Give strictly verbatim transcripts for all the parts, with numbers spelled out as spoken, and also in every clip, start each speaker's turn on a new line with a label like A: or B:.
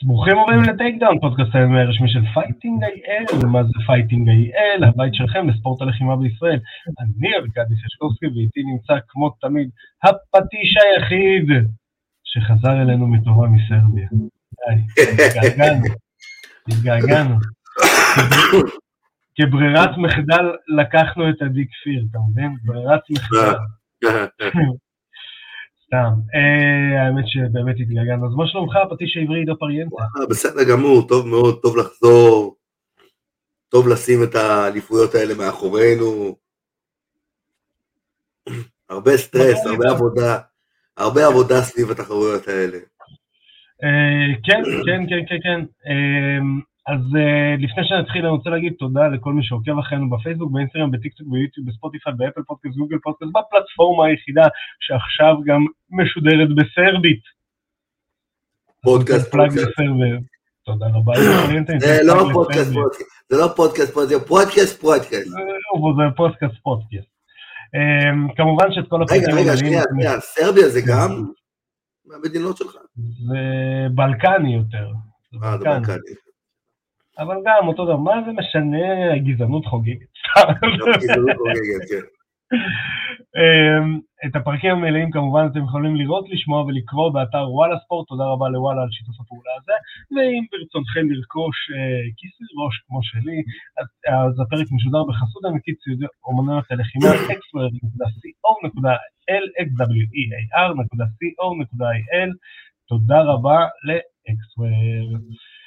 A: ברוכים הבאים לטייקדאון, פודקאסט הרשמי של פייטינג איי אל. מה זה פייטינג איי אל? הבית שלכם לספורט הלחימה בישראל. אני ארכדי ששקובסקי, ואיתי נמצא כמו תמיד הפטיש היחיד שחזר אלינו מטובה מסרביה. התגעגענו, התגעגענו. כברירת מחדל לקחנו את עדי כפיר, אתה מבין? ברירת מחדל. סתם, האמת שבאמת התגעגענו. אז מה שלומך, הפטיש העברי עידו פריאנטה?
B: בסדר גמור, טוב מאוד, טוב לחזור, טוב לשים את האליפויות האלה מאחורינו, הרבה סטרס, הרבה עבודה, הרבה עבודה סביב התחרויות האלה.
A: כן, כן, כן, כן, כן. אז לפני שנתחיל אני רוצה להגיד תודה לכל מי שעוקב אחרינו בפייסבוק, באינסטגרם, בטיקטוק, ביוטיוב, בספוטיפיי, באפל פודקאסט, גוגל פודקאסט, בפלטפורמה היחידה שעכשיו גם משודרת בסרבית.
B: פודקאסט, פודקאסט.
A: תודה רבה.
B: זה לא פודקאסט, זה לא פודקאסט, זה פודקאסט, פודקאסט.
A: זה פודקאסט, פודקאסט. כמובן שאת כל הפרקים...
B: רגע, רגע, שנייה, שנייה, סרביה זה גם מהמדינות שלך?
A: זה בלקני יותר.
B: אה, זה בלקני.
A: אבל גם אותו דבר, מה זה משנה גזענות חוגגת?
B: גזענות חוגגת, כן.
A: את הפרקים המלאים כמובן אתם יכולים לראות, לשמוע ולקרוא באתר וואלה ספורט, תודה רבה לוואלה על שיתוף הפעולה הזה, ואם ברצונכם לרכוש כיסוי ראש כמו שלי, אז הפרק משודר בחסות ענקית ציוד אומנויות הלחימה אקסוור נקודה סי או נקודה איי אל, אקס דאבליו אי איי אר נקודה סי או נקודה איי אל, תודה רבה לאקסוור.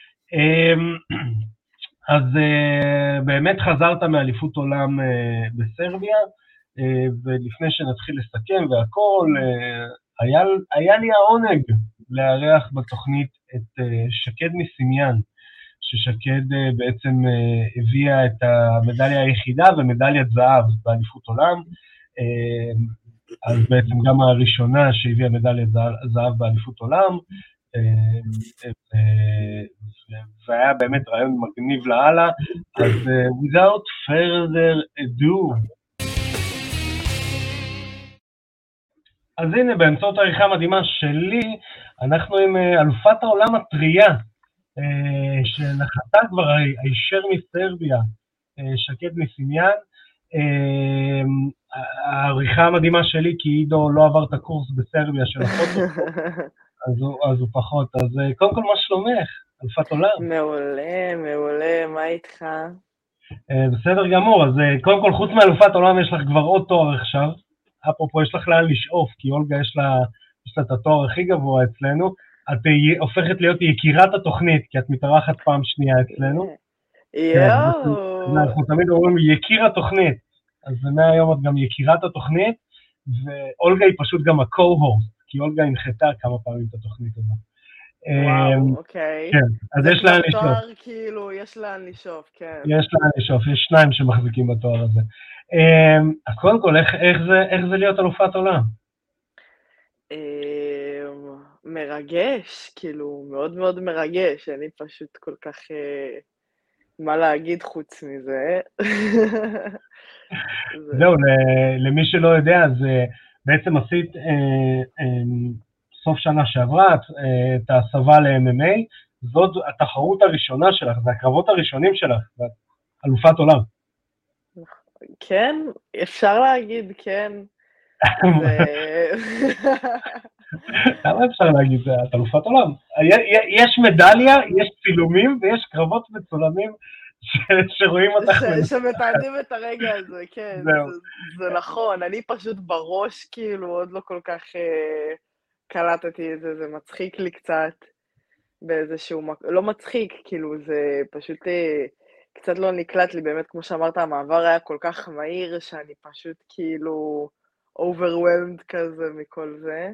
A: אז באמת חזרת מאליפות עולם בסרביה, ולפני שנתחיל לסכם והכל, היה, היה לי העונג לארח בתוכנית את שקד מסימיאן, ששקד בעצם הביאה את המדליה היחידה ומדליית זהב באליפות עולם, אז בעצם גם הראשונה שהביאה מדליית זהב באליפות עולם, והיה באמת רעיון מגניב להלאה, אז without further ado, אז הנה, באמצעות העריכה המדהימה שלי, אנחנו עם אלופת העולם הטריה, שנחתה כבר הישר מסרביה, שקד מסימיאן, העריכה המדהימה שלי, כי עידו לא עבר את הקורס בסרביה של הפוטו, אז הוא, אז הוא פחות, אז קודם כל מה שלומך, אלופת עולם?
C: מעולה, מעולה, מה איתך?
A: בסדר גמור, אז קודם כל חוץ מאלופת עולם יש לך כבר עוד תואר עכשיו, אפרופו יש לך לאן לשאוף, כי אולגה יש לה, יש לה את התואר הכי גבוה אצלנו, את הופכת להיות יקירת התוכנית, כי את מתארחת פעם שנייה אצלנו.
C: יואו.
A: אנחנו תמיד אומרים יקיר התוכנית, אז מהיום את גם יקירת התוכנית, ואולגה היא פשוט גם ה-co-host, כי אולגה הנחתה כמה פעמים את התוכנית הזאת.
C: וואו, אוקיי.
A: כן, אז יש לאן לשאוף.
C: תואר כאילו, יש לאן לשאוף, כן.
A: יש לאן לשאוף, יש שניים שמחזיקים בתואר הזה. אז קודם כל, איך, איך, זה, איך זה להיות אלופת עולם?
C: מרגש, כאילו, מאוד מאוד מרגש, אני פשוט כל כך, מה להגיד חוץ מזה.
A: זהו, למי שלא יודע, אז בעצם עשית סוף שנה שעברה את ההסבה ל-אם אם איי, זאת התחרות הראשונה שלך, זה הקרבות הראשונים שלך, אלופת עולם.
C: כן, אפשר להגיד, כן.
A: למה אפשר להגיד, זה אלופת עולם? יש מדליה, יש צילומים ויש קרבות מצולמים שרואים אותך.
C: שמתעדים את הרגע הזה, כן. זה נכון, אני פשוט בראש, כאילו, עוד לא כל כך קלטתי את זה, זה מצחיק לי קצת באיזשהו, לא מצחיק, כאילו, זה פשוט קצת לא נקלט לי, באמת, כמו שאמרת, המעבר היה כל כך מהיר, שאני פשוט כאילו overwhelmed כזה מכל זה.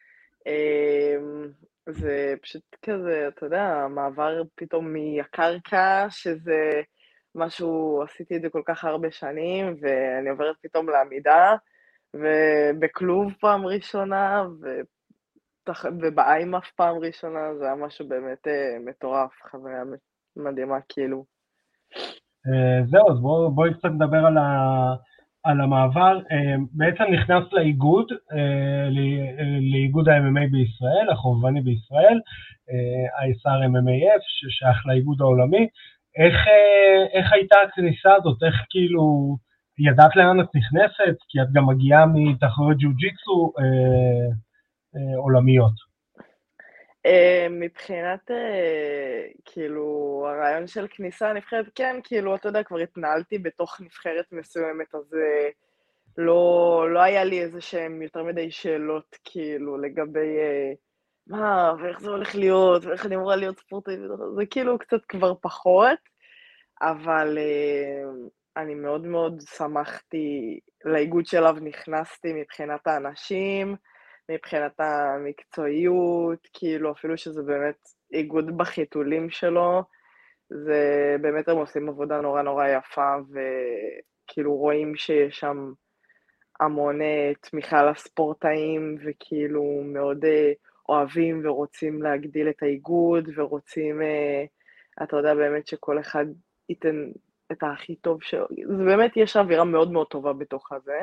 C: זה פשוט כזה, אתה יודע, המעבר פתאום מהקרקע, שזה משהו, עשיתי את זה כל כך הרבה שנים, ואני עוברת פתאום לעמידה, ובכלוב פעם ראשונה, ובאיימאף פעם ראשונה, זה היה משהו באמת מטורף, חוויה מדהימה כאילו.
A: זהו, אז בואי קצת נדבר על על המעבר, בעצם נכנס לאיגוד, לאיגוד ה-אם אם איי בישראל, החובבני בישראל, איי אס אר אם אם איי אף, ששייך לאיגוד העולמי. איך, איך הייתה הכניסה הזאת? איך כאילו, ידעת לאן את נכנסת? כי את גם מגיעה מתחרויות ג'יו-ג'יטסו עולמיות.
C: מבחינת, כאילו, הרעיון של כניסה נבחרת, כן, כאילו, אתה יודע, כבר התנהלתי בתוך נבחרת מסוימת, אז לא, לא היה לי איזה שהם יותר מדי שאלות, כאילו, לגבי מה, ואיך זה הולך להיות, ואיך אני אמורה להיות ספורטאית, זה כאילו קצת כבר פחות, אבל אני מאוד מאוד שמחתי לאיגוד שלו נכנסתי מבחינת האנשים, מבחינת המקצועיות, כאילו אפילו שזה באמת איגוד בחיתולים שלו, זה באמת הם עושים עבודה נורא נורא יפה, וכאילו רואים שיש שם המון תמיכה לספורטאים, וכאילו מאוד אוהבים ורוצים להגדיל את האיגוד, ורוצים, אתה יודע באמת שכל אחד ייתן את הכי טוב שלו, זה באמת יש אווירה מאוד מאוד טובה בתוך הזה,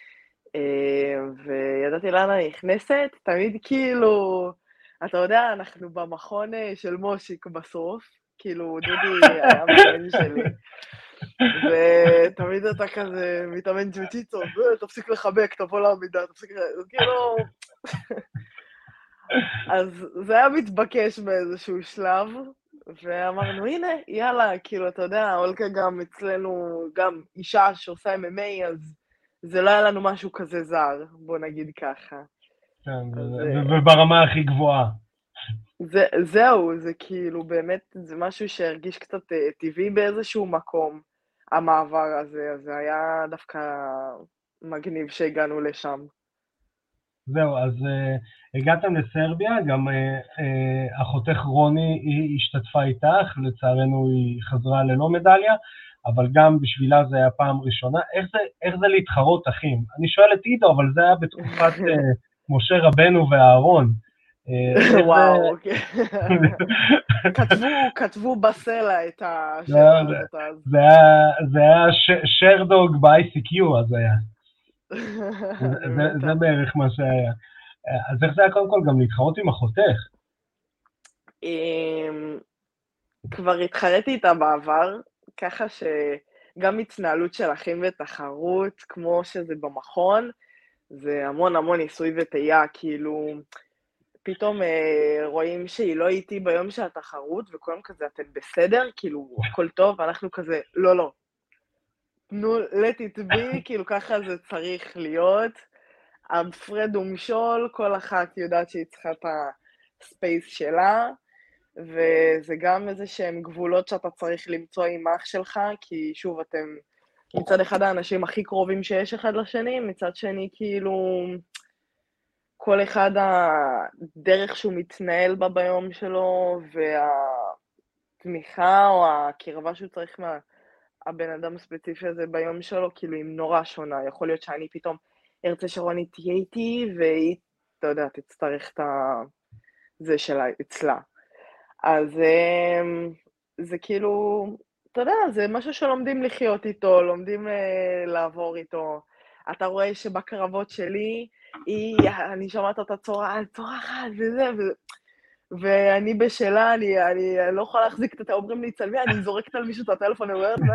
C: וידעתי לאן אני נכנסת, תמיד כאילו, אתה יודע, אנחנו במכון של מושיק בסוף, כאילו דודי היה מאמן שלי, ותמיד אתה כזה מתאמן ג'ו-ג'יטסו, תפסיק לחבק, תבוא לעמידה, תפסיק, כאילו, אז זה היה מתבקש באיזשהו שלב, ואמרנו, הנה, יאללה, כאילו, אתה יודע, אולקה גם אצלנו, גם אישה שעושה אם אם איי, אז זה לא היה לנו משהו כזה זר, בוא נגיד ככה.
A: כן, וברמה הכי גבוהה.
C: זהו, זה כאילו, באמת, זה משהו שהרגיש קצת טבעי באיזשהו מקום, המעבר הזה, אז זה היה דווקא מגניב שהגענו לשם.
A: זהו, אז uh, הגעתם לסרביה, גם uh, uh, אחותך רוני היא השתתפה איתך, לצערנו היא חזרה ללא מדליה, אבל גם בשבילה זה היה פעם ראשונה. איך זה, איך זה להתחרות אחים? אני שואל את עידו, אבל זה היה בתקופת uh, משה רבנו והארון.
C: Uh, וואו, אוקיי. כתבו, כתבו בסלע את השאלה הזאת אז.
A: זה היה, זה היה ש, שרדוג ב-איי סי קיו, אז היה. זה, זה בערך מה שהיה. אז איך זה היה קודם כל גם להתחרות עם אחותך?
C: כבר התחרתי איתה בעבר, ככה שגם התנהלות של אחים ותחרות, כמו שזה במכון, זה המון המון ניסוי וטעייה, כאילו, פתאום רואים שהיא לא איתי ביום של התחרות, וכולם כזה, אתם בסדר? כאילו, הכל טוב, ואנחנו כזה, לא, לא. תנו, let it be, כאילו ככה זה צריך להיות, הפרד ומשול, כל אחת יודעת שהיא צריכה את הספייס שלה, וזה גם איזה שהם גבולות שאתה צריך למצוא עם אח שלך, כי שוב אתם מצד אחד האנשים הכי קרובים שיש אחד לשני, מצד שני כאילו כל אחד הדרך שהוא מתנהל בה ביום שלו, והתמיכה או הקרבה שהוא צריך מה... הבן אדם הספציפי הזה ביום שלו, כאילו היא נורא שונה, יכול להיות שאני פתאום ארצה שרוני תהיה איתי, והיא, אתה יודע, תצטרך את זה שלה, אצלה. אז זה כאילו, אתה יודע, זה משהו שלומדים לחיות איתו, לומדים לעבור איתו. אתה רואה שבקרבות שלי, היא, אני שומעת אותה צורה, צורחת וזה, וזה. ואני בשאלה, אני, אני לא יכולה להחזיק את האומרים לי, צלמי, אני זורקת על מישהו את הטלפון, אני אומרת,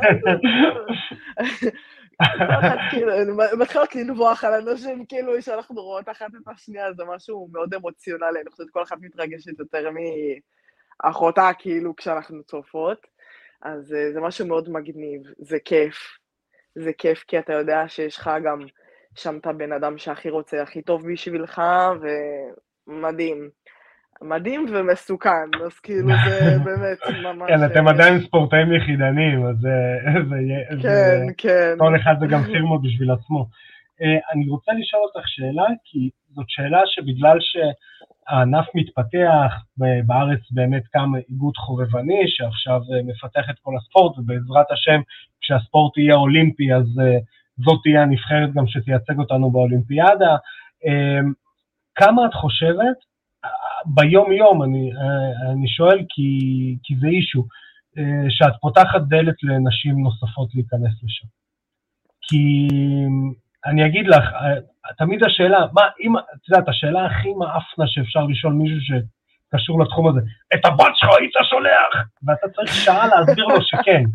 C: אני מתחילות לנבוח על אנשים, כאילו, שאנחנו רואות אחת את השנייה, זה משהו מאוד אמוציונלי, אני חושבת כל אחת מתרגשת יותר מאחותה, כאילו, כשאנחנו צופות, אז זה משהו מאוד מגניב, זה כיף, זה כיף, כי אתה יודע שיש לך גם שם את הבן אדם שהכי רוצה, הכי טוב בשבילך, ומדהים. מדהים ומסוכן, אז כאילו זה באמת ממש...
A: כן, אתם עדיין ספורטאים יחידנים, אז זה...
C: כן, כן.
A: כל אחד זה גם פירמה בשביל עצמו. אני רוצה לשאול אותך שאלה, כי זאת שאלה שבגלל שהענף מתפתח, בארץ באמת קם איגוד חובבני, שעכשיו מפתח את כל הספורט, ובעזרת השם, כשהספורט יהיה אולימפי, אז זאת תהיה הנבחרת גם שתייצג אותנו באולימפיאדה. כמה את חושבת, ביום יום אני, אני שואל כי, כי זה אישו, שאת פותחת דלת לנשים נוספות להיכנס לשם. כי אני אגיד לך, תמיד השאלה, מה, אם, את יודעת, השאלה הכי מאפנה שאפשר לשאול מישהו שקשור לתחום הזה, את הבת שלך היית שולח, ואתה צריך שעה להסביר לו שכן.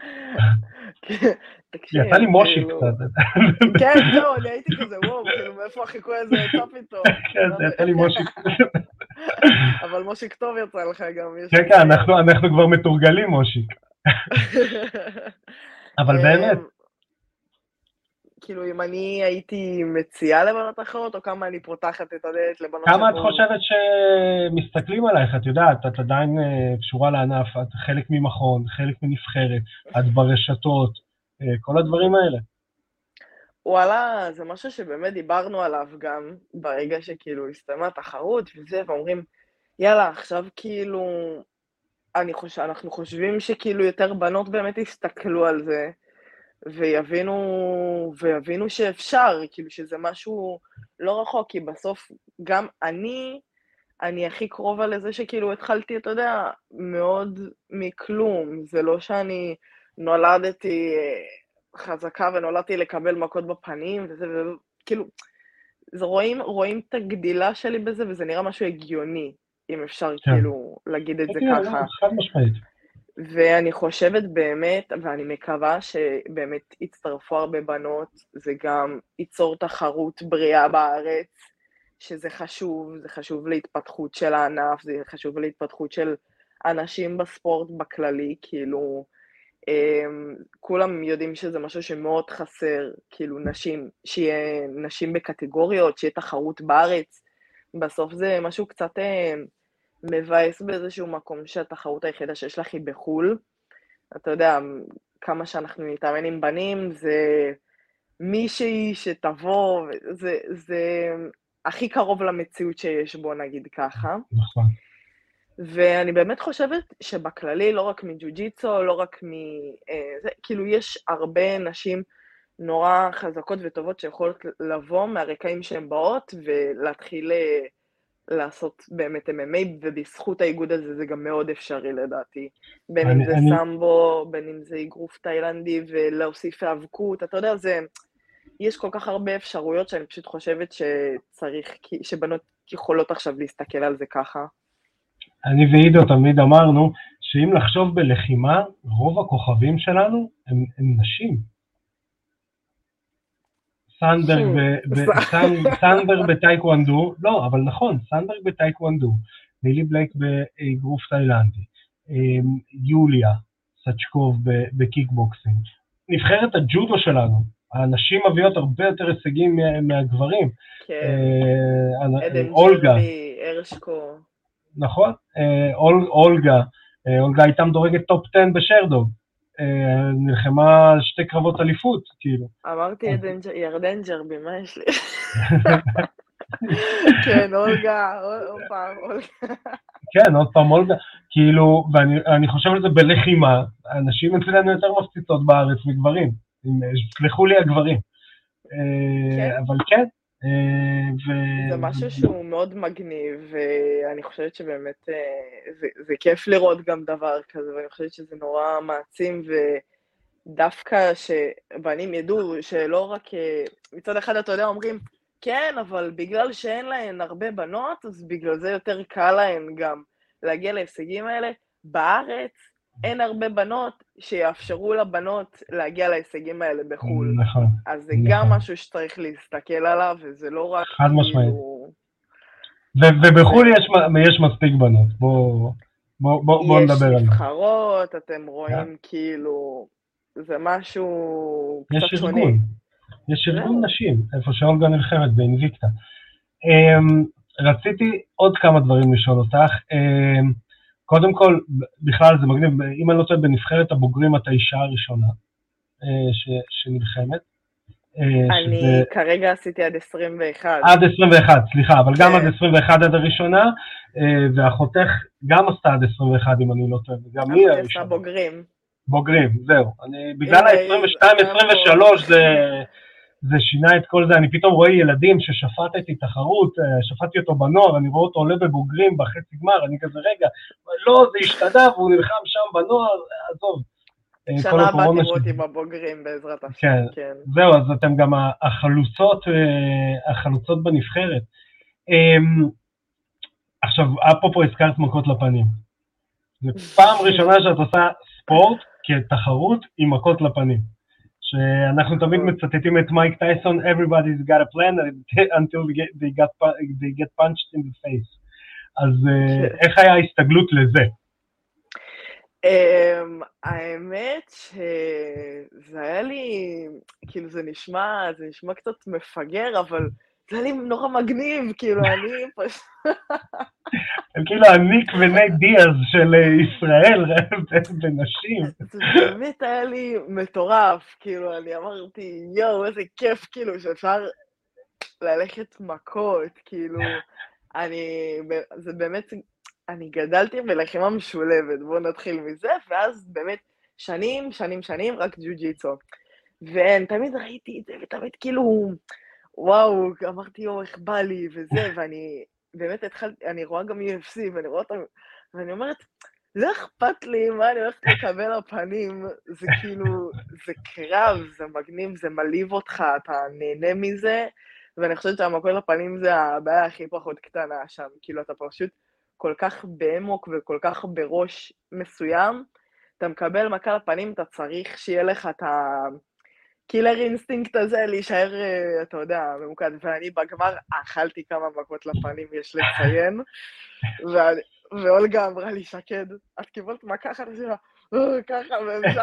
A: יצא לי מושיק קצת.
C: כן, זהו, אני הייתי כזה, וואו, כאילו, מאיפה החיקוי הזה יצא פתאום?
A: כן, יצא לי מושיק.
C: אבל מושיק טוב יצא לך גם.
A: כן, כן, אנחנו כבר מתורגלים מושיק. אבל באמת.
C: כאילו, אם אני הייתי מציעה לבנות אחרות, או כמה אני פותחת את הדלת לבנות
A: כמה את חושבת שמסתכלים עלייך? את יודעת, את עדיין קשורה לענף, את חלק ממכון, חלק מנבחרת, את ברשתות, כל הדברים האלה.
C: וואלה, זה משהו שבאמת דיברנו עליו גם ברגע שכאילו הסתיימה התחרות וזה, ואומרים, יאללה, עכשיו כאילו, אני חושב, אנחנו חושבים שכאילו יותר בנות באמת יסתכלו על זה, ויבינו, ויבינו שאפשר, כאילו שזה משהו לא רחוק, כי בסוף גם אני, אני הכי קרובה לזה שכאילו התחלתי, אתה יודע, מאוד מכלום, זה לא שאני נולדתי חזקה ונולדתי לקבל מכות בפנים, וזה, וכאילו, זה רואים, רואים את הגדילה שלי בזה, וזה נראה משהו הגיוני, אם אפשר כן. כאילו להגיד את זה ככה.
A: חד משמעית.
C: ואני חושבת באמת, ואני מקווה שבאמת יצטרפו הרבה בנות, זה גם ייצור תחרות בריאה בארץ, שזה חשוב, זה חשוב להתפתחות של הענף, זה חשוב להתפתחות של אנשים בספורט בכללי, כאילו, כולם יודעים שזה משהו שמאוד חסר, כאילו נשים, שיהיה נשים בקטגוריות, שיהיה תחרות בארץ, בסוף זה משהו קצת מבאס באיזשהו מקום שהתחרות היחידה שיש לך היא בחול. אתה יודע, כמה שאנחנו נתאמן עם בנים, זה מישהי שתבוא, זה, זה הכי קרוב למציאות שיש בו, נגיד ככה.
A: נכון.
C: ואני באמת חושבת שבכללי, לא רק מג'ו-ג'יצו, לא רק מ... זה, כאילו יש הרבה נשים נורא חזקות וטובות שיכולות לבוא מהרקעים שהן באות, ולהתחיל לעשות באמת אם אם איי, ובזכות האיגוד הזה זה גם מאוד אפשרי לדעתי. בין אני, אם זה אני... סמבו, בין אם זה אגרוף תאילנדי, ולהוסיף האבקות, אתה יודע, זה... יש כל כך הרבה אפשרויות שאני פשוט חושבת שצריך, שבנות יכולות עכשיו להסתכל על זה ככה.
A: אני ועידו תמיד אמרנו שאם לחשוב בלחימה, רוב הכוכבים שלנו הם, הם נשים. סנברג בטייקוונדו, לא, אבל נכון, סנברג בטייקוונדו, נילי בלייק באגרוף תאילנדי, יוליה סצ'קוב בקיקבוקסינג, נבחרת הג'ודו שלנו, הנשים מביאות הרבה יותר הישגים מהגברים.
C: כן, עדן ג'רבי, ארשקו.
A: נכון, אולגה, אולגה הייתה מדורגת טופ עשר בשרדוג, נלחמה שתי קרבות אליפות, כאילו.
C: אמרתי ירדן ג'רבי, מה יש לי? כן, אולגה, עוד פעם, אולגה.
A: כן, עוד פעם אולגה, כאילו, ואני חושב על זה בלחימה, אנשים אצלנו יותר מפציצות בארץ מגברים, סלחו לי הגברים. אבל כן.
C: זה משהו שהוא מאוד מגניב, ואני חושבת שבאמת זה כיף לראות גם דבר כזה, ואני חושבת שזה נורא מעצים, ודווקא שבנים ידעו שלא רק, מצד אחד אתה יודע, אומרים, כן, אבל בגלל שאין להן הרבה בנות, אז בגלל זה יותר קל להן גם להגיע להישגים האלה. בארץ אין הרבה בנות שיאפשרו לבנות להגיע להישגים האלה בחול.
A: נכון.
C: אז זה גם משהו שצריך להסתכל עליו, וזה לא רק...
A: חד משמעית. ובחול יש מספיק בנות, בואו נדבר על זה.
C: יש נבחרות, אתם רואים כאילו, זה משהו קצת שונה.
A: יש ארגון נשים, איפה שאולגה נלחמת באינביקטה. רציתי עוד כמה דברים לשאול אותך. קודם כל, בכלל זה מגניב, אם אני לא טועה בנבחרת הבוגרים, את האישה הראשונה שנלחמת.
C: אני כרגע עשיתי עד עשרים ואחת.
A: עד עשרים ואחת, סליחה, אבל גם עד עשרים ואחת עד הראשונה, ואחותך גם עשתה עד עשרים ואחת, אם אני לא טועה, וגם היא הראשונה.
C: עשתה בוגרים.
A: בוגרים, זהו. בגלל ה-עשרים ושתיים עשרים ושלוש זה שינה את כל זה, אני פתאום רואה ילדים ששפטתי תחרות, שפטתי אותו בנוער, אני רואה אותו עולה בבוגרים בחצי גמר, אני כזה רגע, לא, זה השתנה, והוא נלחם שם בנוער, עזוב.
C: שנה הבאה תראו אותי בבוגרים בעזרת השם,
A: כן.
C: כן.
A: זהו, אז אתם גם החלוצות, החלוצות בנבחרת. עכשיו, אפרופו הזכרת מכות לפנים. זו פעם ראשונה שאת עושה ספורט כתחרות עם מכות לפנים. שאנחנו תמיד מצטטים את מייק טייסון, everybody's got a plan until they get, they got, they get punched in the face. אז איך היה ההסתגלות לזה?
C: Um, האמת שזה היה לי, כאילו זה נשמע, זה נשמע קצת מפגר, אבל זה היה לי נורא מגניב, כאילו אני פשוט...
A: הם כאילו הניק ונייט דיאז של ישראל, בנשים.
C: זה באמת היה לי מטורף, כאילו אני אמרתי, יואו, איזה כיף, כאילו שאפשר ללכת מכות, כאילו, אני, זה באמת... אני גדלתי בלחימה משולבת, בואו נתחיל מזה, ואז באמת שנים, שנים, שנים, רק ג'ו-ג'יטסו. ותמיד ראיתי את זה, ותמיד כאילו, וואו, אמרתי, יו, איך בא לי, וזה, ואני באמת התחלתי, אני רואה גם יו אף סי, ואני רואה אותם, ואני אומרת, לא אכפת לי מה אני הולכת לקבל הפנים, זה כאילו, זה קרב, זה מגניב, זה מליב אותך, אתה נהנה מזה, ואני חושבת שהמכות לפנים זה הבעיה הכי פחות קטנה שם, כאילו, אתה פשוט, כל כך בעמוק וכל כך בראש מסוים, אתה מקבל מכה לפנים, אתה צריך שיהיה לך את הקילר אינסטינקט הזה, להישאר, אתה יודע, ממוקד, ואני בגמר אכלתי כמה מכות לפנים, יש לציין, ואולגה אמרה לי, שקד, את קיבלת מכה אחת, אני אמרה, ככה, ואפשר,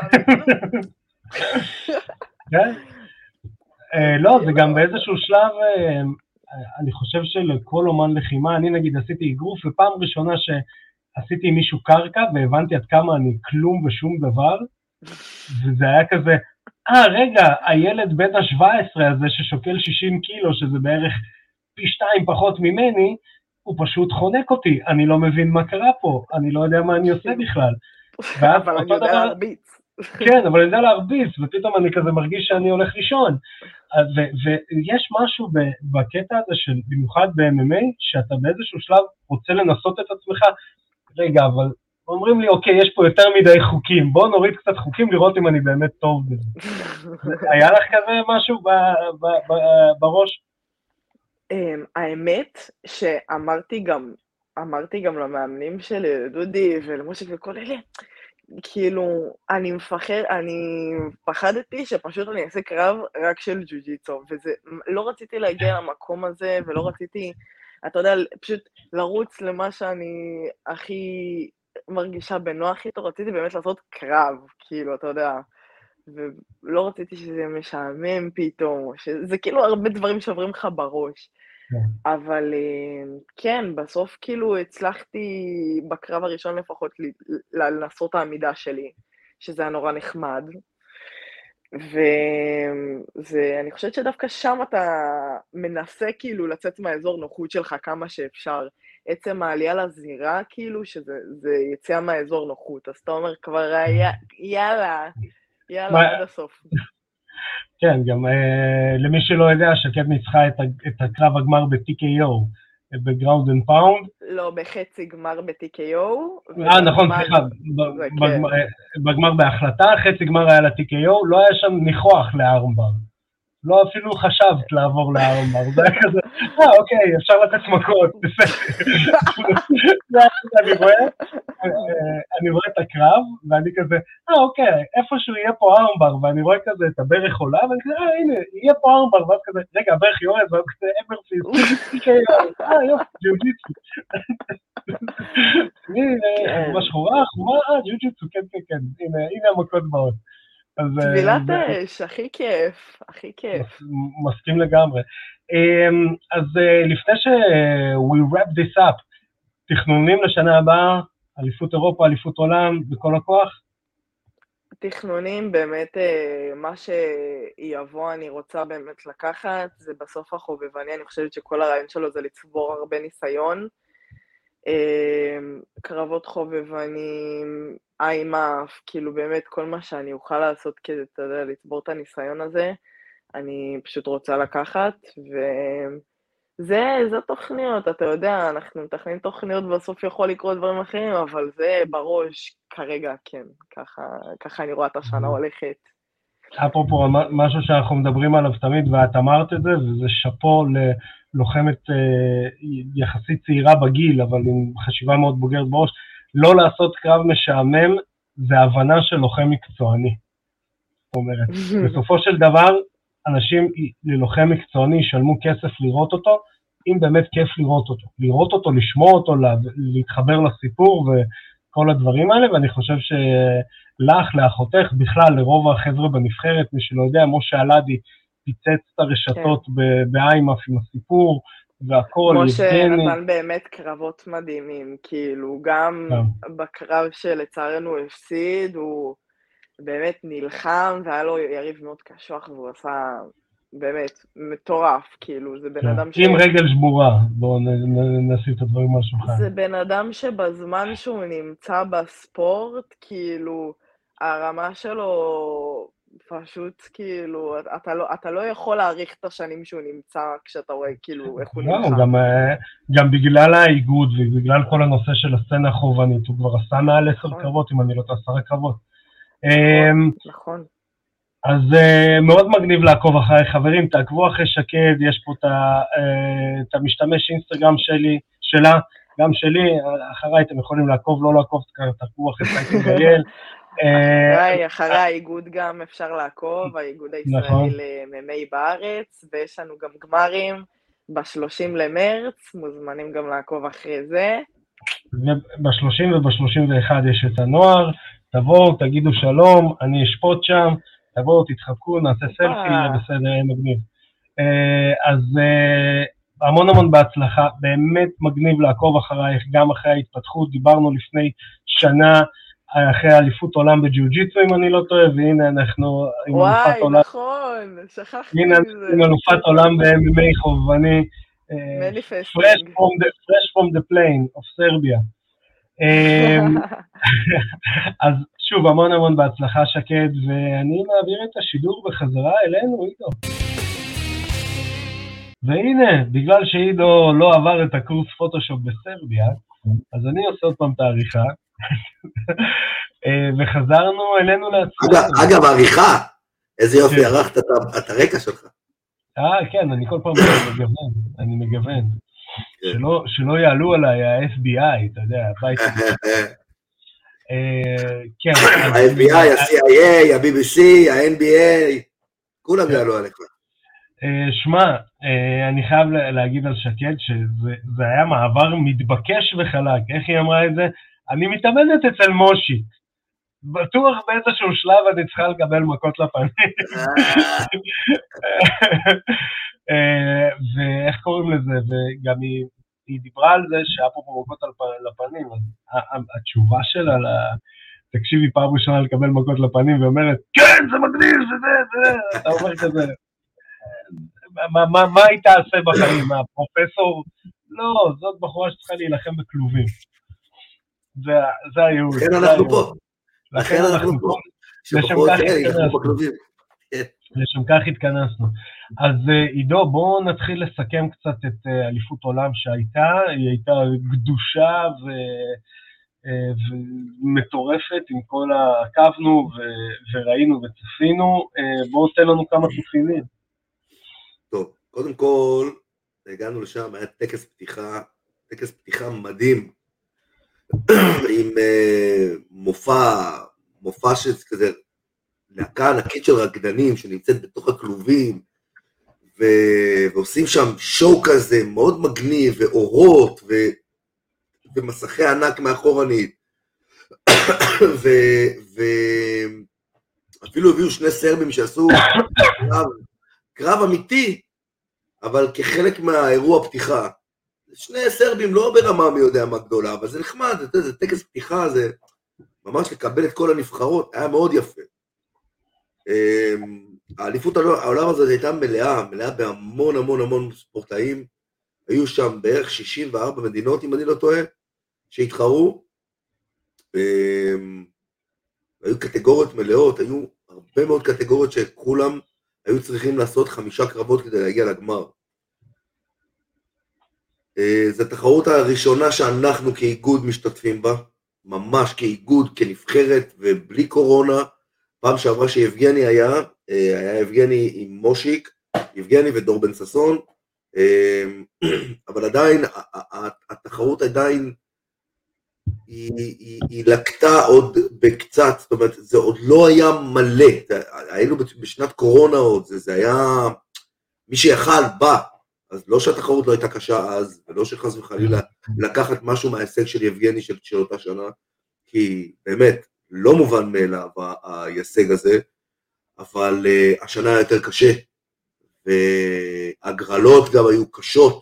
A: לא, זה גם באיזשהו שלב, אני חושב שלכל אומן לחימה, אני נגיד עשיתי אגרוף, ופעם ראשונה שעשיתי עם מישהו קרקע, והבנתי עד כמה אני כלום ושום דבר, וזה היה כזה, אה רגע, הילד בן ה-שבע עשרה הזה ששוקל שישים קילו, שזה בערך פי שתיים פחות ממני, הוא פשוט חונק אותי, אני לא מבין מה קרה פה, אני לא יודע מה אני עושה בכלל.
C: אבל אני יודע להרביץ.
A: כן, אבל אני יודע להרביץ, ופתאום אני כזה מרגיש שאני הולך לישון. ויש משהו בקטע הזה של במיוחד ב-אם אם איי, שאתה באיזשהו שלב רוצה לנסות את עצמך, רגע, אבל אומרים לי, אוקיי, יש פה יותר מדי חוקים, בואו נוריד קצת חוקים לראות אם אני באמת טוב בזה. היה לך כזה משהו בראש?
C: האמת שאמרתי גם, אמרתי גם למאמנים שלי, דודי ולמושיק וכל אלה, כאילו, אני מפחד, אני פחדתי שפשוט אני אעשה קרב רק של ג'ו-ג'יטסו, וזה, לא רציתי להגיע למקום הזה, ולא רציתי, אתה יודע, פשוט לרוץ למה שאני הכי מרגישה בנוח איתו, רציתי באמת לעשות קרב, כאילו, אתה יודע, ולא רציתי שזה משעמם פתאום, שזה כאילו הרבה דברים שעוברים לך בראש. אבל כן, בסוף כאילו הצלחתי בקרב הראשון לפחות לנסות העמידה שלי, שזה היה נורא נחמד, ואני חושבת שדווקא שם אתה מנסה כאילו לצאת מהאזור נוחות שלך כמה שאפשר, עצם העלייה לזירה כאילו שזה יציאה מהאזור נוחות, אז אתה אומר כבר יאללה, יאללה עד הסוף.
A: כן, גם למי שלא יודע, שקד ניצחה את הקרב הגמר ב-טי קיי או, בגראונד אנד פאונד.
C: לא, בחצי גמר ב-טי קיי או.
A: אה, נכון, סליחה, בגמר בהחלטה, חצי גמר היה ל-טי קיי או, לא היה שם ניחוח לארמבר. לא אפילו חשבת לעבור לארמבר, זה היה כזה, אה, אוקיי, אפשר לתת מכות, בסדר. אני רואה, אני רואה את הקרב, ואני כזה, אה, אוקיי, איפשהו יהיה פה ארמבר, ואני רואה כזה את הברך עולה, ואני כזה, אה, הנה, יהיה פה ארמבר, ואז כזה, רגע, הברך יורד, ואז כזה, אמרפיס, אה, יופי, ג'ו-ג'יטסו. הנה, שחורה, חומה, אה, ג'ו-ג'יטסו, כן, כן, כן, הנה המכות באות.
C: טבילת אש, הכי כיף, הכי כיף.
A: מסכים לגמרי. אז לפני ש- we wrap this up, תכנונים לשנה הבאה, אליפות אירופה, אליפות עולם, בכל הכוח?
C: תכנונים, באמת, מה שיבוא אני רוצה באמת לקחת, זה בסוף החובבני, אני חושבת שכל הרעיון שלו זה לצבור הרבה ניסיון, קרבות חובבנים, איימאף, כאילו באמת כל מה שאני אוכל לעשות כדי, אתה יודע, לצבור את הניסיון הזה, אני פשוט רוצה לקחת, זה, זה תוכניות, אתה יודע, אנחנו מתכננים תוכניות, בסוף יכול לקרות דברים אחרים, אבל זה בראש כרגע, כן, ככה, ככה אני רואה את השנה הולכת.
A: אפרופו, משהו שאנחנו מדברים עליו תמיד, ואת אמרת את זה, וזה שפו ללוחמת יחסית צעירה בגיל, אבל עם חשיבה מאוד בוגרת בראש, לא לעשות קרב משעמם, זה הבנה של לוחם מקצועני. זאת אומרת, בסופו של דבר, אנשים ללוחם מקצועני ישלמו כסף לראות אותו, אם באמת כיף לראות אותו. לראות אותו, לשמוע אותו, להתחבר לסיפור וכל הדברים האלה, ואני חושב שלך, לאחותך, בכלל, לרוב החבר'ה בנבחרת, מי שלא יודע, משה אלעדי פיצץ את הרשתות כן. באיימאף עם הסיפור, והכל.
C: משה נתן באמת קרבות מדהימים, כאילו, גם כן. בקרב שלצערנו הוא הפסיד, הוא באמת נלחם, והיה לו יריב מאוד קשוח, והוא עשה באמת מטורף, כאילו, זה בן כן. אדם
A: ש... עם רגל שבורה, בואו נשים את הדברים על השולחן.
C: זה בן אדם שבזמן שהוא נמצא בספורט, כאילו, הרמה שלו פשוט, כאילו, אתה לא, אתה לא יכול להעריך את השנים שהוא נמצא, כשאתה רואה, כאילו, איך הוא
A: לא,
C: נלחם.
A: גם, גם בגלל האיגוד, ובגלל כל הנושא של הסצנה החובנית, הוא כבר עשה מעל עשר נכון. קרבות, אם אני לא תעשרה קרבות.
C: נכון, נכון.
A: אז uh, מאוד מגניב לעקוב אחרי חברים, תעקבו אחרי שקד, יש פה את, uh, את המשתמש אינסטגרם שלי, שלה, גם שלי, אחריי אתם יכולים לעקוב, לא לעקוב, תעקבו אחרי סייטים גייל.
C: אחריי, אחרי האיגוד גם אפשר לעקוב, האיגוד הישראלי לממי בארץ, ויש לנו גם גמרים ב-שלושים למרץ, מוזמנים גם לעקוב אחרי זה.
A: ב-שלושים וב-שלושים ואחד יש את הנוער, תבואו, תגידו שלום, אני אשפוט שם, תבואו, תתחבקו, נעשה סלפי, בסדר, מגניב. אז המון המון בהצלחה, באמת מגניב לעקוב אחרייך, גם אחרי ההתפתחות, דיברנו לפני שנה, אחרי אליפות עולם בג'יוג'יטסו, אם אני לא טועה, והנה אנחנו עם
C: אלופת עולם. וואי, נכון, שכחתי
A: מזה. הנה עם אלופת עולם ב-אם אם איי חובבני, fresh from the, fresh from the plane of Serbia. אז שוב, המון המון בהצלחה שקד, ואני מעביר את השידור בחזרה אלינו, עידו. והנה, בגלל שעידו לא עבר את הקורס פוטושופ בסרביה, אז אני עושה עוד פעם את העריכה, וחזרנו אלינו לעצמנו.
B: אגב, העריכה, איזה יופי ערכת את הרקע שלך.
A: אה, כן, אני כל פעם מגוון, אני מגוון. שלא יעלו עליי ה-אף בי איי, אתה יודע, הבית.
B: ה-אף בי איי, ה-סי איי איי, ה-בי בי סי, ה-אן בי איי, כולם יעלו עליך.
A: שמע, אני חייב להגיד על שקד שזה היה מעבר מתבקש וחלק, איך היא אמרה את זה? אני מתאמנת אצל מושי, בטוח באיזשהו שלב אני צריכה לקבל מכות לפנים. ואיך קוראים לזה, וגם היא, היא דיברה על זה שהיה פה מכות לפנים, אז התשובה שלה, תקשיבי פעם ראשונה לקבל מכות לפנים, ואומרת, כן, זה מגניב, זה זה, זה, אתה אומר כזה, מה, מה, מה היא תעשה בחיים, הפרופסור? לא, זאת בחורה שצריכה להילחם בכלובים. זה, זה הייעוד.
B: לכן אנחנו פה. לכן אנחנו פה.
A: לשם כך התכנסנו. אז עידו, בואו נתחיל לסכם קצת את אליפות עולם שהייתה, היא הייתה גדושה ו... ומטורפת עם כל העקבנו וראינו וצפינו, בואו תן לנו כמה תופינים.
B: טוב, קודם כל, הגענו לשם, היה טקס פתיחה, טקס פתיחה מדהים, עם מופע, מופע שכזה, להקה ענקית של רקדנים שנמצאת בתוך הכלובים, ועושים שם שואו כזה מאוד מגניב, ואורות, ומסכי ענק מאחורנית, ואפילו הביאו שני סרבים שעשו קרב אמיתי, אבל כחלק מהאירוע פתיחה. שני סרבים לא ברמה מי יודע מה גדולה, אבל זה נחמד, זה טקס פתיחה, זה ממש לקבל את כל הנבחרות, היה מאוד יפה. האליפות העולם הזה הייתה מלאה, מלאה בהמון המון המון ספורטאים, היו שם בערך שישים וארבע מדינות, אם אני לא טועה, שהתחרו, היו קטגוריות מלאות, היו הרבה מאוד קטגוריות שכולם היו צריכים לעשות חמישה קרבות כדי להגיע לגמר. זו התחרות הראשונה שאנחנו כאיגוד משתתפים בה, ממש כאיגוד, כנבחרת ובלי קורונה. פעם שעברה שיבגני היה, היה יבגני עם מושיק, יבגני ודור בן ששון, אבל עדיין, התחרות עדיין, היא, היא, היא לקטה עוד בקצת, זאת אומרת, זה עוד לא היה מלא, היינו בשנת קורונה עוד, זה, זה היה, מי שיכל בא, אז לא שהתחרות לא הייתה קשה אז, ולא שחס וחלילה לקחת משהו מההישג של יבגני של, של אותה שנה, כי באמת לא מובן מאליו ההישג הזה, אבל uh, השנה היה יותר קשה, והגרלות גם היו קשות,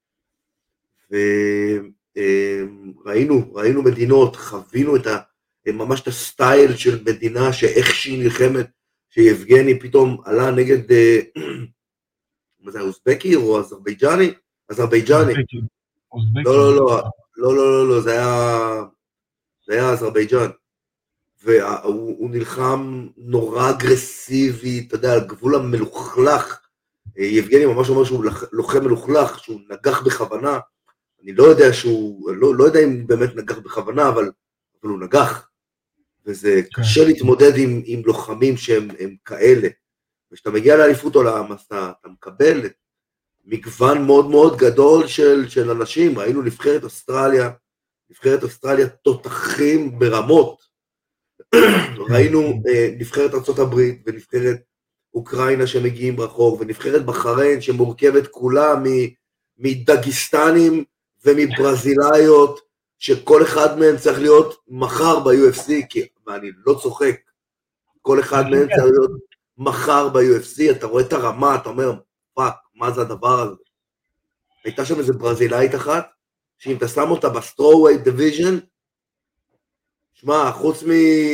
B: וראינו, ראינו מדינות, חווינו את ה, ממש את הסטייל של מדינה, שאיך שהיא נלחמת, שיבגני פתאום עלה נגד, מה זה, אוזבקי או אזרבייג'ני? אזרבייג'ני. לא, לא, לא, לא, לא, לא, זה היה, זה היה אזרבייג'ן. והוא נלחם נורא אגרסיבי, אתה יודע, על גבול המלוכלך. יבגני ממש אומר שהוא לוחם מלוכלך, שהוא נגח בכוונה. אני לא יודע שהוא, לא, לא יודע אם הוא באמת נגח בכוונה, אבל, אבל הוא נגח. וזה קשה להתמודד עם, עם לוחמים שהם הם כאלה. וכשאתה מגיע לאליפות עולם, אז אתה, אתה מקבל מגוון מאוד מאוד גדול של, של אנשים. ראינו נבחרת אוסטרליה, נבחרת אוסטרליה תותחים ברמות. ראינו נבחרת ארצות הברית ונבחרת אוקראינה שמגיעים רחוק, ונבחרת בחריין שמורכבת כולה מדגיסטנים ומברזילאיות, שכל אחד מהם צריך להיות מחר ב-יו אף סי, כי אני לא צוחק, כל אחד מהם צריך להיות מחר ב-יו אף סי, אתה רואה את הרמה, אתה אומר, פאק, מה זה הדבר הזה? הייתה שם איזה ברזילאית אחת, שאם אתה שם אותה בסטרו-ווייט דיוויז'ן, שמע, חוץ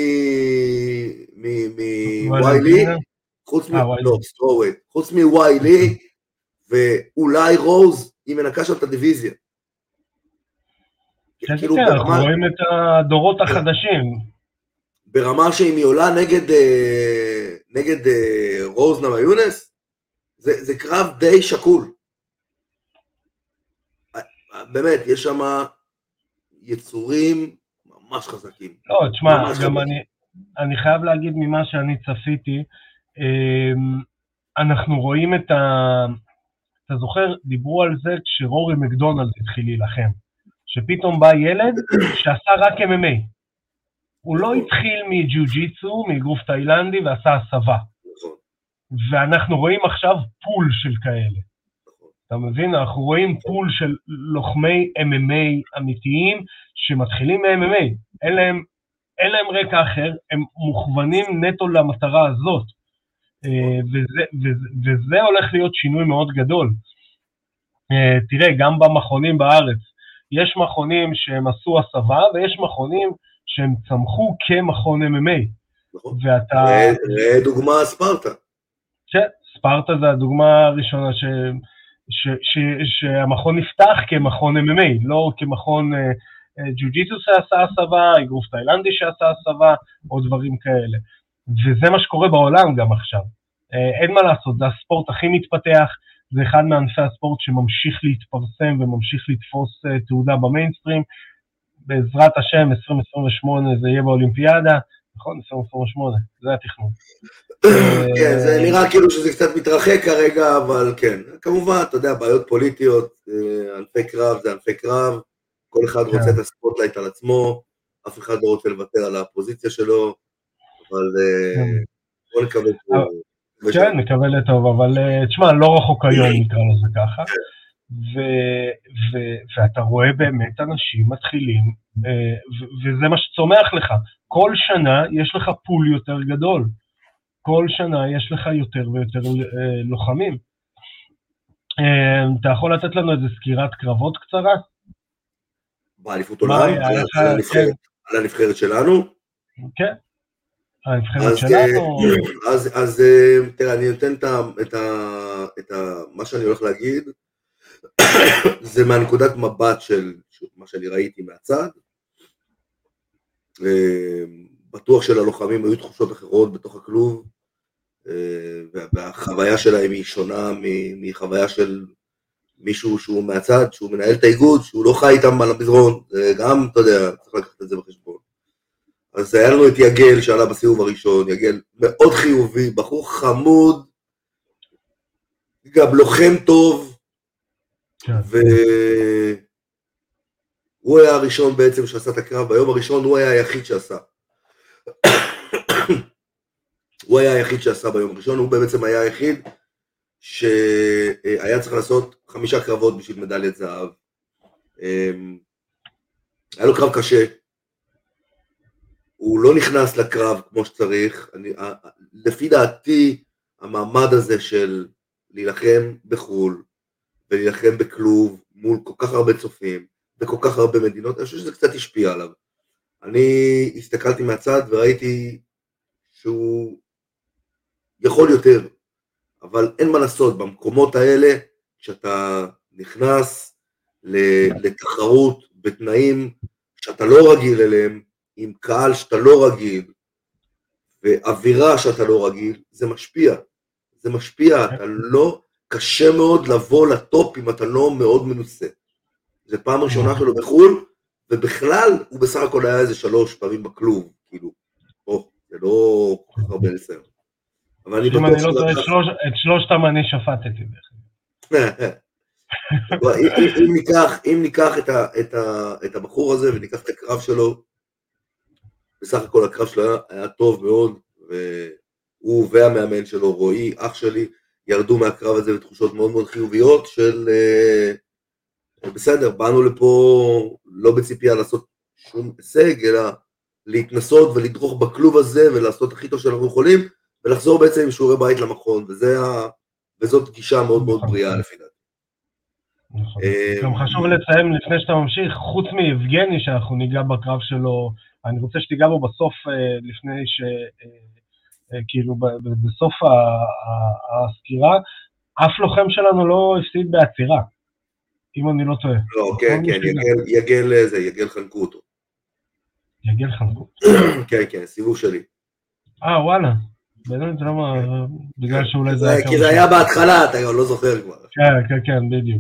B: מוויילי, חוץ מ... לא, סטרו-ווייט, חוץ מוויילי, ואולי רוז, היא מנקה שם את הדיוויזיה.
A: כן, אנחנו רואים את הדורות החדשים.
B: ברמה שאם היא עולה נגד רוז נמיונס, זה קרב די שקול. באמת, יש שם יצורים ממש חזקים.
A: לא, תשמע, גם אני, אני חייב להגיד ממה שאני צפיתי, אנחנו רואים את ה... אתה זוכר, דיברו על זה כשרורי מקדונלד התחיל להילחם, שפתאום בא ילד שעשה רק אם אם איי. הוא לא התחיל מג'יו-ג'יצו, מאגרוף תאילנדי, ועשה הסבה. ואנחנו רואים עכשיו פול של כאלה. אתה מבין? אנחנו רואים פול של לוחמי אם אם איי אמיתיים, שמתחילים מ-אם אם איי. אין להם, אין להם רקע אחר, הם מוכוונים נטו למטרה הזאת. וזה, וזה, וזה הולך להיות שינוי מאוד גדול. תראה, גם במכונים בארץ, יש מכונים שהם עשו הסבה, ויש מכונים שהם צמחו כמכון אם אם איי. ואתה...
B: ראה דוגמה ספרטה.
A: כן, ספרטה זה הדוגמה הראשונה ש... ש... ש... שהמכון נפתח כמכון אם אם איי, לא כמכון ג'יו-ג'יצו שעשה הסבה, אגרוף תאילנדי שעשה הסבה, או דברים כאלה. וזה מה שקורה בעולם גם עכשיו. אין מה לעשות, זה הספורט הכי מתפתח, זה אחד מענפי הספורט שממשיך להתפרסם וממשיך לתפוס תעודה במיינסטרים. בעזרת השם, עשרים עשרים ושמונה זה יהיה באולימפיאדה, נכון? עשרים עשרים ושמונה, זה התכנון.
B: כן, זה נראה כאילו שזה קצת מתרחק כרגע, אבל כן. כמובן, אתה יודע, בעיות פוליטיות, ענפי קרב זה ענפי קרב, כל אחד רוצה את הספוטלייט על עצמו, אף אחד לא רוצה לוותר על הפוזיציה שלו, אבל בוא נקבל פה...
A: כן, נקבל לטוב, אבל תשמע, לא רחוק היום נקרא לזה ככה, ואתה רואה באמת אנשים מתחילים, וזה מה שצומח לך, כל שנה יש לך פול יותר גדול, כל שנה יש לך יותר ויותר לוחמים. אתה יכול לתת לנו איזה סקירת קרבות קצרה?
B: באליפות עולם? על הנבחרת שלנו?
A: כן. הנבחרת שלנו...
B: אז תראה, אני נותן את מה שאני הולך להגיד, זה מהנקודת מבט של מה שאני ראיתי מהצד, בטוח של הלוחמים היו תחושות אחרות בתוך הכלוב, והחוויה שלהם היא שונה מחוויה של מישהו שהוא מהצד, שהוא מנהל את האיגוד, שהוא לא חי איתם על המזרון, זה גם, אתה יודע, צריך לקחת את זה בחשבון. אז היה לנו את יגל שעלה בסיבוב הראשון, יגל מאוד חיובי, בחור חמוד, גם לוחם טוב, והוא היה הראשון בעצם שעשה את הקרב, ביום הראשון הוא היה היחיד שעשה. הוא היה היחיד שעשה ביום הראשון, הוא בעצם היה היחיד שהיה צריך לעשות חמישה קרבות בשביל מדליית זהב. היה לו קרב קשה, הוא לא נכנס לקרב כמו שצריך, אני, לפי דעתי המעמד הזה של להילחם בחול, ולהילחם בכלוב מול כל כך הרבה צופים, וכל כך הרבה מדינות, אני חושב שזה קצת השפיע עליו. אני הסתכלתי מהצד וראיתי שהוא יכול יותר, אבל אין מה לעשות, במקומות האלה, כשאתה נכנס לתחרות בתנאים שאתה לא רגיל אליהם, עם קהל שאתה לא רגיל, ואווירה שאתה לא רגיל, זה משפיע. זה משפיע, אתה לא, קשה מאוד לבוא לטופ אם אתה לא מאוד מנוסה. זה פעם ראשונה שלו בחול, ובכלל הוא בסך הכל היה איזה שלוש פעמים בכלוב, כאילו, או, זה לא כל כך הרבה ניסיון. אבל אני
A: אם אני לא טועה, את שלושתם אני שפטתי.
B: אם ניקח את הבחור הזה וניקח את הקרב שלו, בסך הכל הקרב שלו היה טוב מאוד, והוא והמאמן שלו, רועי, אח שלי, ירדו מהקרב הזה בתחושות מאוד מאוד חיוביות של, בסדר, באנו לפה לא בציפייה לעשות שום הישג, אלא להתנסות ולדרוך בכלוב הזה ולעשות הכי טוב שאנחנו יכולים, ולחזור בעצם עם שיעורי בית למכון, וזה, וזאת גישה מאוד מאוד בריאה לפי דעתי.
A: נכון. גם חשוב לציין לפני שאתה ממשיך, חוץ מיבגני שאנחנו ניגע בקרב שלו, אני רוצה שתיגע בו בסוף, לפני ש... כאילו בסוף הסקירה, אף לוחם שלנו לא הפסיד בעצירה, אם אני לא טועה.
B: לא, כן, כן, יגל זה, יגל חנקו אותו.
A: יגל חנקו.
B: כן, כן, סיבוב שלי.
A: אה, וואלה. באמת, למה, בגלל שאולי זה היה...
B: כי זה היה בהתחלה, אתה לא זוכר כבר.
A: כן, כן, כן, בדיוק.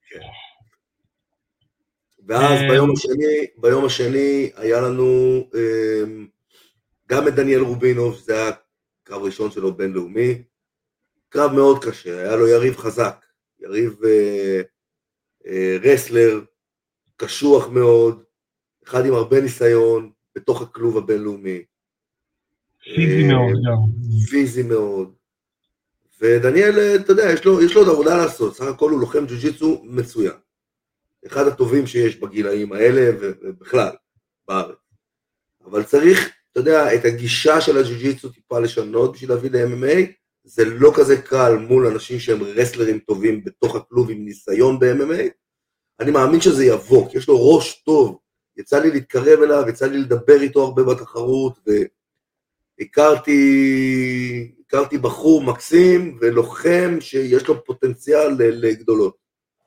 B: ואז ביום השני, ביום השני היה לנו גם את דניאל רובינוב, שזה היה קרב ראשון שלו בינלאומי, קרב מאוד קשה, היה לו יריב חזק, יריב אה, אה, רסלר, קשוח מאוד, אחד עם הרבה ניסיון, בתוך הכלוב הבינלאומי.
A: פיזי אה, מאוד גם.
B: פיזי מאוד. ודניאל, אתה יודע, יש לו, יש לו עוד עבודה לעשות, סך הכל הוא לוחם ג'ו-ג'יצו מצוין. אחד הטובים שיש בגילאים האלה, ובכלל, בארץ. אבל צריך, אתה יודע, את הגישה של הג'ו-ג'יצו טיפה לשנות בשביל להביא ל-אם אם איי, זה לא כזה קל מול אנשים שהם רסלרים טובים בתוך הכלוב עם ניסיון ב-אם אם איי. אני מאמין שזה יבוא, כי יש לו ראש טוב. יצא לי להתקרב אליו, יצא לי לדבר איתו הרבה בתחרות, והכרתי הכרתי בחור מקסים ולוחם שיש לו פוטנציאל לגדולות.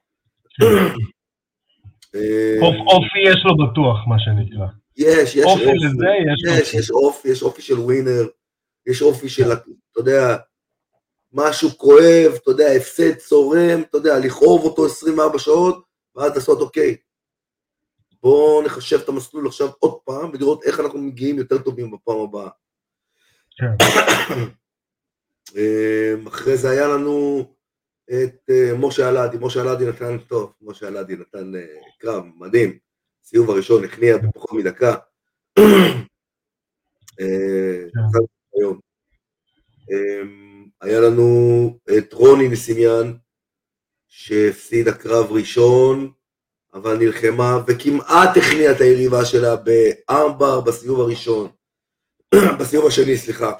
A: אופי יש לו בטוח, מה שנקרא.
B: יש, יש
A: אופי
B: אופי,
A: לזה, יש,
B: יש, יש אופי, יש אופי של ווינר, יש אופי של, אתה יודע, משהו כואב, אתה יודע, הפסד צורם, אתה יודע, לכאוב אותו עשרים וארבע שעות, ואז לעשות אוקיי. בואו נחשב את המסלול עכשיו עוד פעם, ולראות איך אנחנו מגיעים יותר טובים בפעם הבאה.
A: כן.
B: אחרי זה היה לנו את משה אלעדי, משה אלעדי נתן טוב, משה אלעדי נתן קרב מדהים, סיבוב הראשון הכניע בפחות מדקה, היה לנו את רוני נסימיאן, שהפסיד הקרב ראשון, אבל נלחמה וכמעט הכניעה את היריבה שלה בארמבר בסיבוב הראשון, בסיבוב השני, סליחה.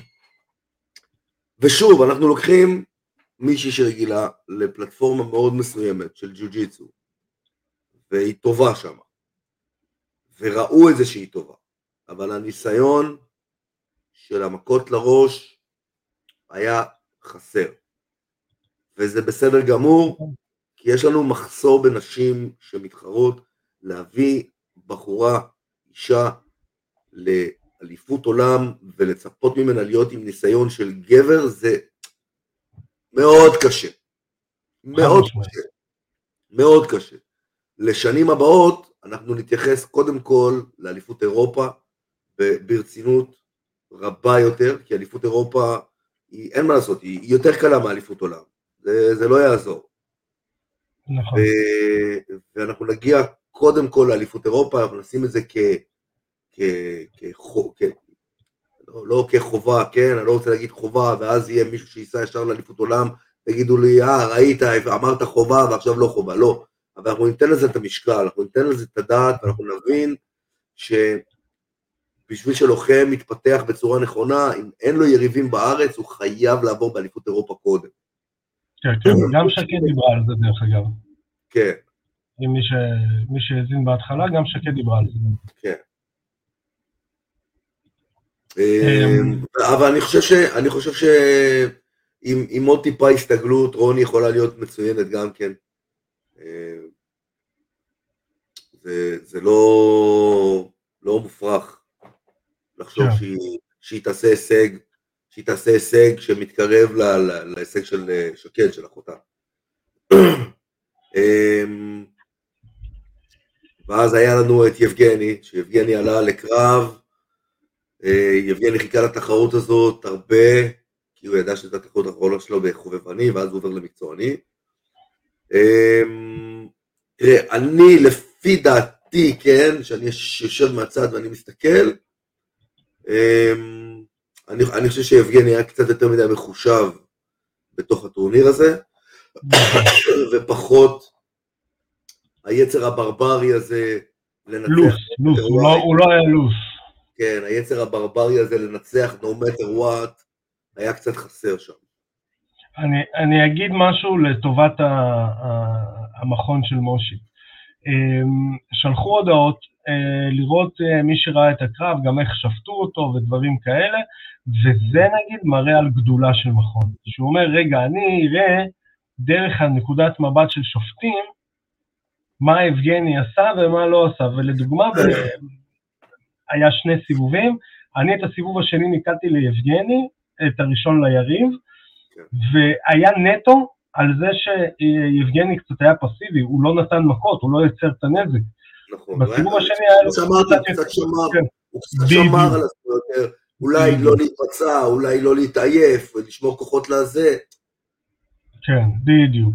B: ושוב, אנחנו לוקחים מישהי שרגילה לפלטפורמה מאוד מסוימת של ג'ו-ג'יצו, והיא טובה שם, וראו את זה שהיא טובה, אבל הניסיון של המכות לראש היה חסר, וזה בסדר גמור, כי יש לנו מחסור בנשים שמתחרות להביא בחורה, אישה, לאליפות עולם, ולצפות ממנה להיות עם ניסיון של גבר, זה מאוד קשה. מאוד קשה. מאוד קשה. לשנים הבאות אנחנו נתייחס קודם כל לאליפות אירופה ברצינות רבה יותר, כי אליפות אירופה היא, אין מה לעשות, היא יותר קלה מאליפות עולם, זה, זה לא יעזור.
A: נכון.
B: ו, ואנחנו נגיע קודם כל לאליפות אירופה, אנחנו נשים את זה כ... כ, כ, כ לא, לא כחובה, כן, אני לא רוצה להגיד חובה, ואז יהיה מישהו שייסע ישר לאליפות עולם, תגידו לי, אה, ראית, אמרת חובה ועכשיו לא חובה, לא. אבל אנחנו ניתן לזה את המשקל, אנחנו ניתן לזה את הדעת, ואנחנו נבין שבשביל שלוחם מתפתח בצורה נכונה, אם אין לו יריבים בארץ, הוא חייב לעבור באליפות אירופה קודם.
A: כן, כן, גם שקד דיברה על זה דרך אגב.
B: כן.
A: אם מי, ש... מי שהזין בהתחלה, גם שקד דיברה על זה.
B: כן. אבל אני חושב ש... אני חושב ש... עם, עם עוד טיפה הסתגלות, רוני יכולה להיות מצוינת גם כן. זה, זה לא, לא מופרך לחשוב yeah. שהיא, שהיא תעשה הישג, שהיא תעשה הישג שמתקרב ל, ל, להישג של שקד, של אחותה. ואז היה לנו את יבגני, שיבגני עלה לקרב, יבגני חיכה לתחרות הזאת הרבה, כי הוא ידע שזאת התחרות האחרונה שלו בחובבני, ואז הוא עובר למקצועני. תראה, אני לפי דעתי, כן, שאני יושב מהצד ואני מסתכל, אני, אני חושב שיבגני היה קצת יותר מדי מחושב בתוך הטורניר הזה, ופחות היצר הברברי הזה לנצח.
A: לוס, לוס, הוא לא, הוא לא היה לוס.
B: כן, היצר הברברי הזה לנצח no matter what, היה קצת חסר שם.
A: אני, אני אגיד משהו לטובת ה, ה, המכון של מושי. שלחו הודעות לראות מי שראה את הקרב, גם איך שפטו אותו ודברים כאלה, וזה נגיד מראה על גדולה של מכון. שהוא אומר, רגע, אני אראה דרך הנקודת מבט של שופטים, מה יבגני עשה ומה לא עשה, ולדוגמה, היה שני סיבובים, אני את הסיבוב השני ניקלתי ליבגני, את הראשון ליריב, והיה נטו על זה שיבגני קצת היה פסיבי, הוא לא נתן מכות, הוא לא יצר את הנזק.
B: נכון.
A: בסיבוב השני היה לו...
B: שמרתי, קצת שמר, הוא קצת שמר על הספורט, אולי לא להתפצע, אולי לא להתעייף, ולשמור כוחות לזה.
A: כן, בדיוק.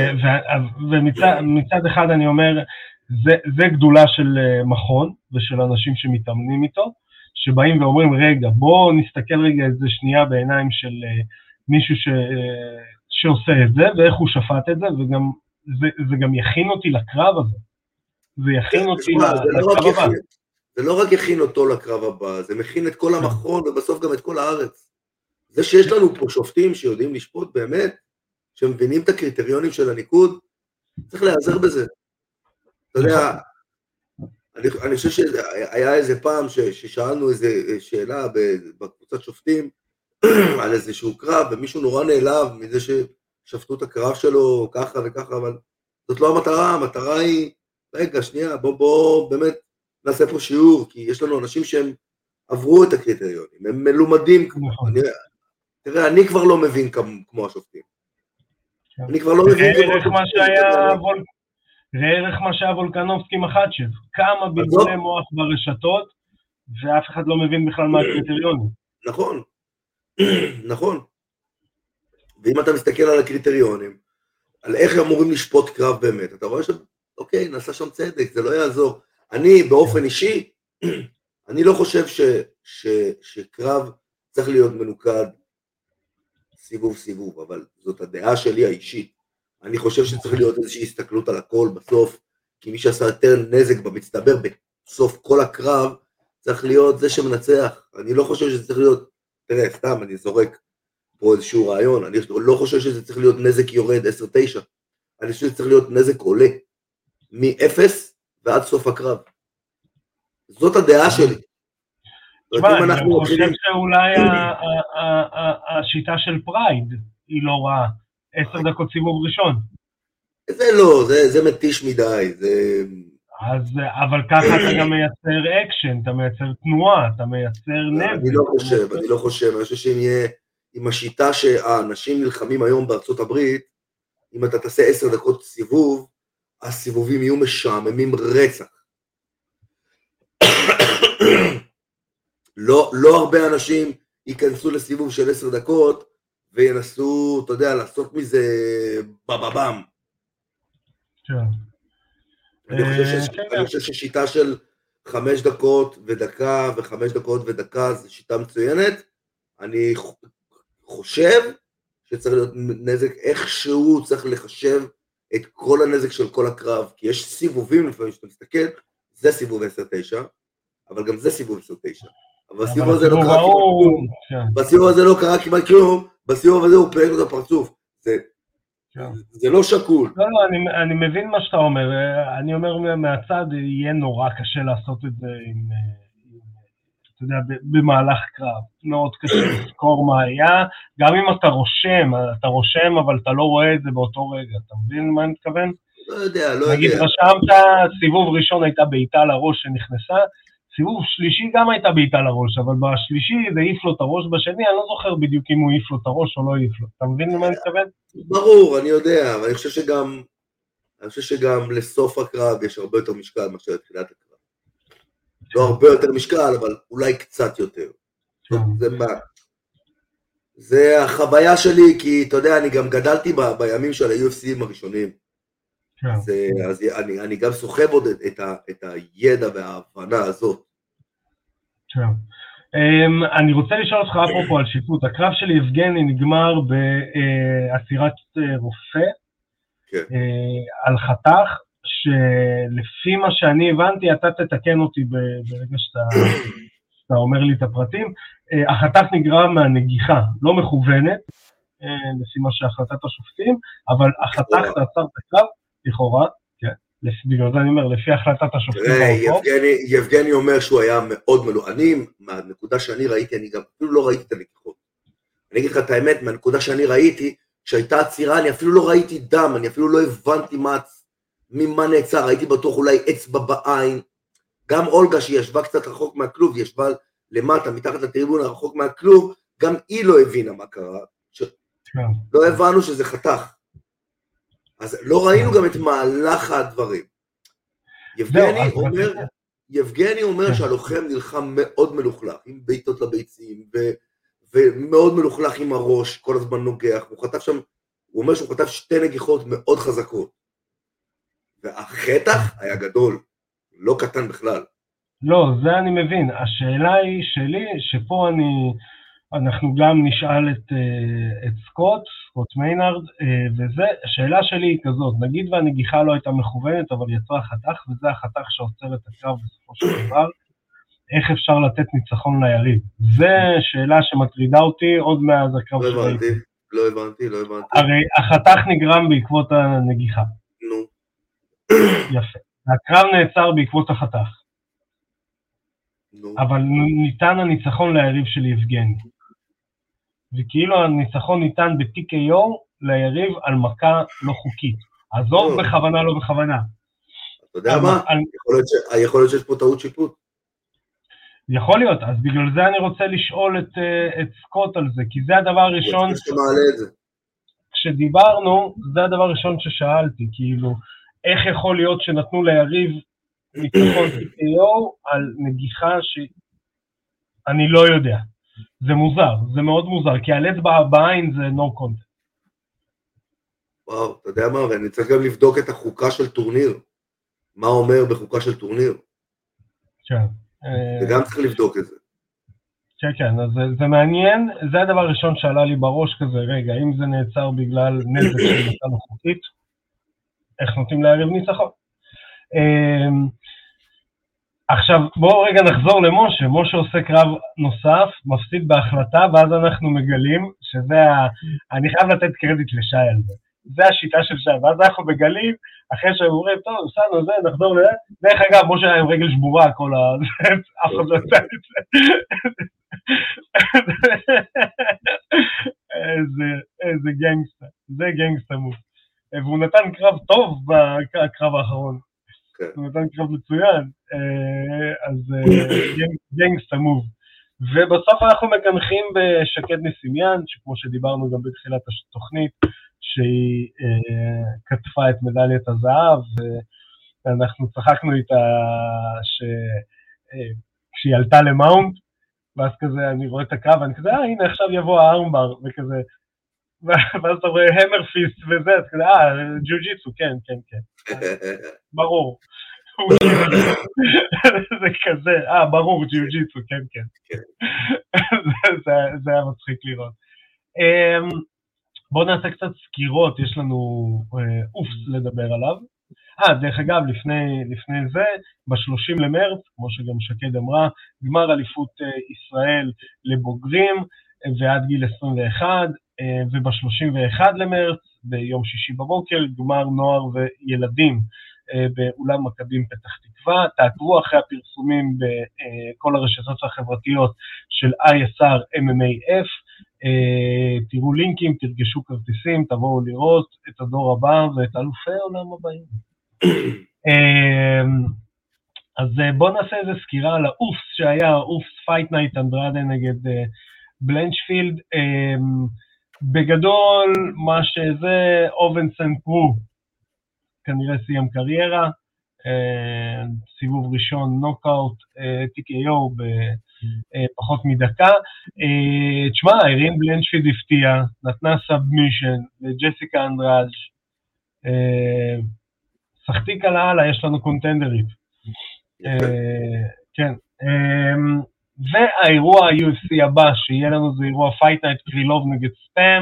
A: ומצד אחד אני אומר, זה גדולה של מכון, ושל אנשים שמתאמנים איתו, שבאים ואומרים, רגע, בואו נסתכל רגע איזה שנייה בעיניים של מישהו ש... שעושה את זה, ואיך הוא שפט את זה, וגם, זה, זה גם יכין אותי לקרב הזה. זה יכין אותי לקרב הבא.
B: זה לא רק יכין אותו לקרב הבא, זה מכין את כל המכון, ובסוף גם את כל הארץ. זה שיש לנו פה שופטים שיודעים לשפוט באמת, שמבינים את הקריטריונים של הניקוד, צריך להיעזר בזה. אתה יודע, אני, אני חושב שהיה איזה פעם ששאלנו איזה שאלה בקבוצת שופטים, על איזשהו קרב, ומישהו נורא נעלב מזה ששפטו את הקרב שלו ככה וככה, אבל זאת לא המטרה, המטרה היא, רגע, שנייה, בוא, בוא, באמת נעשה פה שיעור, כי יש לנו אנשים שהם עברו את הקריטריונים, הם מלומדים, אני, תראה, אני כבר לא מבין כמו, כמו השופטים. אני כבר לא מבין כמו השופטים.
A: ראה ערך מה שהיה וולקנובסקי מחדשב, כמה בלבולי מוח ברשתות, ואף אחד לא מבין בכלל מה הקריטריונים.
B: נכון. נכון. ואם אתה מסתכל על הקריטריונים, על איך אמורים לשפוט קרב באמת, אתה רואה שאוקיי, נעשה שם צדק, זה לא יעזור. אני באופן אישי, אני לא חושב ש, ש, שקרב צריך להיות מנוקד סיבוב סיבוב, אבל זאת הדעה שלי האישית. אני חושב שצריך להיות איזושהי הסתכלות על הכל בסוף, כי מי שעשה יותר נזק במצטבר בסוף כל הקרב, צריך להיות זה שמנצח. אני לא חושב שזה צריך להיות, תראה, סתם, אני זורק פה איזשהו רעיון, אני לא חושב שזה צריך להיות נזק יורד עשר תשע, אני חושב שזה צריך להיות נזק עולה, מ-אפס ועד סוף הקרב. זאת הדעה שלי.
A: תשמע, אני חושב שאולי השיטה של פרייד היא לא רעה, עשר דקות סיבוב ראשון.
B: זה לא, זה מתיש מדי, זה...
A: אז, אבל ככה אתה גם מייצר אקשן, אתה מייצר תנועה, אתה מייצר נזק.
B: אני לא חושב, אני לא חושב, אני חושב שאם יהיה, עם השיטה שהאנשים נלחמים היום בארצות הברית, אם אתה תעשה עשר דקות סיבוב, הסיבובים יהיו משעממים רצח. לא, לא הרבה אנשים ייכנסו לסיבוב של עשר דקות, וינסו, אתה יודע, לעשות מזה בבאבם. אני חושב ששיטה של חמש דקות ודקה, וחמש דקות ודקה, זו שיטה מצוינת. אני חושב שצריך להיות נזק, איכשהו צריך לחשב את כל הנזק של כל הקרב, כי יש סיבובים לפעמים שאתה מסתכל, זה סיבוב עשר תשע, אבל גם זה סיבוב עשר תשע. אבל הסיבוב הזה לא קרה כמעט כלום, בסיבוב הזה לא קרה כמעט כלום, בסיבוב הזה הוא פרק את הפרצוף, זה לא שקול.
A: לא, לא, אני מבין מה שאתה אומר, אני אומר מהצד, יהיה נורא קשה לעשות את זה עם, אתה יודע, במהלך קרב, מאוד קשה לזכור מה היה, גם אם אתה רושם, אתה רושם, אבל אתה לא רואה את זה באותו רגע, אתה מבין מה אני מתכוון?
B: לא יודע, לא יודע.
A: נגיד, רשמת, סיבוב ראשון הייתה בעיטה לראש שנכנסה, סיבוב שלישי גם הייתה בעיטה לראש, אבל בשלישי זה העיף לו את הראש בשני, אני לא זוכר בדיוק אם הוא העיף לו את הראש או לא העיף לו. אתה מבין למה אני מתכוון?
B: ברור, אני יודע, אבל אני חושב שגם, אני חושב שגם לסוף הקרב יש הרבה יותר משקל מאשר לתחילת הקרב. לא הרבה יותר משקל, אבל אולי קצת יותר. זה מה? זה החוויה שלי, כי אתה יודע, אני גם גדלתי בימים של ה-יו אף סי הראשונים. אז, אז אני, אני גם סוחב עוד את, את, ה, את הידע וההבנה הזאת.
A: Um, אני רוצה לשאול אותך אפרופו על שיפוט, הקרב של יבגני נגמר בעצירת רופא,
B: כן.
A: uh, על חתך, שלפי מה שאני הבנתי, אתה תתקן אותי ברגע שאתה, שאתה אומר לי את הפרטים, uh, החתך נגרם מהנגיחה, לא מכוונת, uh, לפי מה שהחלטת השופטים, אבל החתך תעצר את הקרב, לכאורה, כן. בגלל זה אני אומר, לפי החלטת השופטים.
B: יבגני אומר שהוא היה מאוד מלוכלך. אני, מהנקודה שאני ראיתי, אני גם אפילו לא ראיתי את הנגיחות. אני אגיד לך את האמת, מהנקודה שאני ראיתי, כשהייתה עצירה, אני אפילו לא ראיתי דם, אני אפילו לא הבנתי ממה נעצר, הייתי בטוח אולי אצבע בעין. גם אולגה שהיא ישבה קצת רחוק מהכלוב, היא ישבה למטה, מתחת לטריבונה רחוק מהכלוב, גם היא לא הבינה מה קרה. לא הבנו שזה חתך. אז לא ראינו גם את מהלך הדברים. יבגני אומר, יבגני אומר שהלוחם נלחם מאוד מלוכלך, עם בעיטות לביצים, ומאוד מלוכלך עם הראש, כל הזמן נוגח, הוא חטף שם, הוא אומר שהוא חטף שתי נגיחות מאוד חזקות. והחטח היה גדול, לא קטן בכלל.
A: לא, זה אני מבין. השאלה היא שלי, שפה אני... אנחנו גם נשאל את, את סקוט, סקוט מיינרד, וזה, השאלה שלי היא כזאת, נגיד והנגיחה לא הייתה מכוונת, אבל יצרה חתך, וזה החתך שעוצר את הקרב בסופו של דבר, איך אפשר לתת ניצחון ליריב? זה שאלה שמטרידה אותי עוד מאז הקרב
B: לא הבנתי, לא הבנתי, לא הבנתי.
A: הרי החתך נגרם בעקבות הנגיחה.
B: נו.
A: יפה. הקרב נעצר בעקבות החתך.
B: נו.
A: אבל ניתן הניצחון ליריב של יבגני. וכאילו הניצחון ניתן ב-טי קיי או ליריב על מכה לא חוקית. עזוב בכוונה, לא בכוונה.
B: אתה יודע מה? יכול להיות שיש פה טעות שיפוט.
A: יכול להיות, אז בגלל זה אני רוצה לשאול את, את סקוט על זה, כי זה הדבר הראשון, כשדיברנו, זה הדבר הראשון ששאלתי, כאילו, איך יכול להיות שנתנו ליריב ניצחון טי קיי או על נגיחה שאני לא יודע. זה מוזר, זה מאוד מוזר, כי הלט בעין זה no content.
B: וואו, אתה יודע מה, ואני צריך גם לבדוק את החוקה של טורניר. מה אומר בחוקה של טורניר?
A: כן.
B: וגם צריך לבדוק את זה.
A: כן, כן, אז זה, זה מעניין, זה הדבר הראשון שעלה לי בראש כזה, רגע, אם זה נעצר בגלל נזק של מכה לא חוקית, איך נותנים ליריב ניצחון? עכשיו, בואו רגע נחזור למשה, משה עושה קרב נוסף, מפסיד בהחלטה, ואז אנחנו מגלים שזה, ה... אני חייב לתת קרדיט לשי על זה, זה השיטה של שי, ואז אנחנו מגלים, אחרי שהם אומרים, טוב, עשינו זה, נחזור לזה, דרך אגב, משה היה עם רגל שבורה, כל ה... אף אחד לא יצא את זה. איזה גנגסטה, זה גנגסטה מוב. והוא נתן קרב טוב בקרב האחרון. הוא נתן קרב מצוין, אז גנגסטה מוב. ובסוף אנחנו מקנחים בשקד נסימיאן, שכמו שדיברנו גם בתחילת התוכנית, שהיא כתפה את מדליית הזהב, ואנחנו צחקנו איתה כשהיא עלתה למאונט, ואז כזה אני רואה את הקרב, ואני כזה, אה, הנה עכשיו יבוא הארמבר, וכזה, ואז אתה רואה המרפיסט וזה, אז כזה, אה, ג'יוג'יצו, כן, כן, כן, ברור. זה כזה, אה, ברור, ג'יוג'יצו, כן, כן. זה היה מצחיק לראות. בואו נעשה קצת סקירות, יש לנו אופס לדבר עליו. אה, דרך אגב, לפני, לפני זה, ב-שלושים למרץ, כמו שגם שקד אמרה, גמר אליפות ישראל לבוגרים ועד גיל עשרים ואחת, וב-שלושים ואחד למרץ, ביום שישי בבוקר, גמר נוער וילדים באולם מכבים פתח תקווה. תעקבו אחרי הפרסומים בכל הרשתות החברתיות של איי אס אר אם אם איי אף, תראו לינקים, תרגשו כרטיסים, תבואו לראות את הדור הבא ואת אלופי העולם הבאים. אז בואו נעשה איזה סקירה על האופס שהיה, האופס פייט נייט אנדרדה נגד בלנצ'פילד. בגדול, מה שזה, אובנסן פרו, כנראה סיים קריירה, סיבוב ראשון נוקאוט, טי קיי או בפחות מדקה. תשמע, אירין בלנצ'פילד הפתיע, נתנה סאבמישן לג'סיקה אנדראז', שחתיק על העלה, יש לנו קונטנדרית. כן. והאירוע ה-יו אף סי הבא, שיהיה לנו זה אירוע פייט נייט קרילוב נגד ספאם,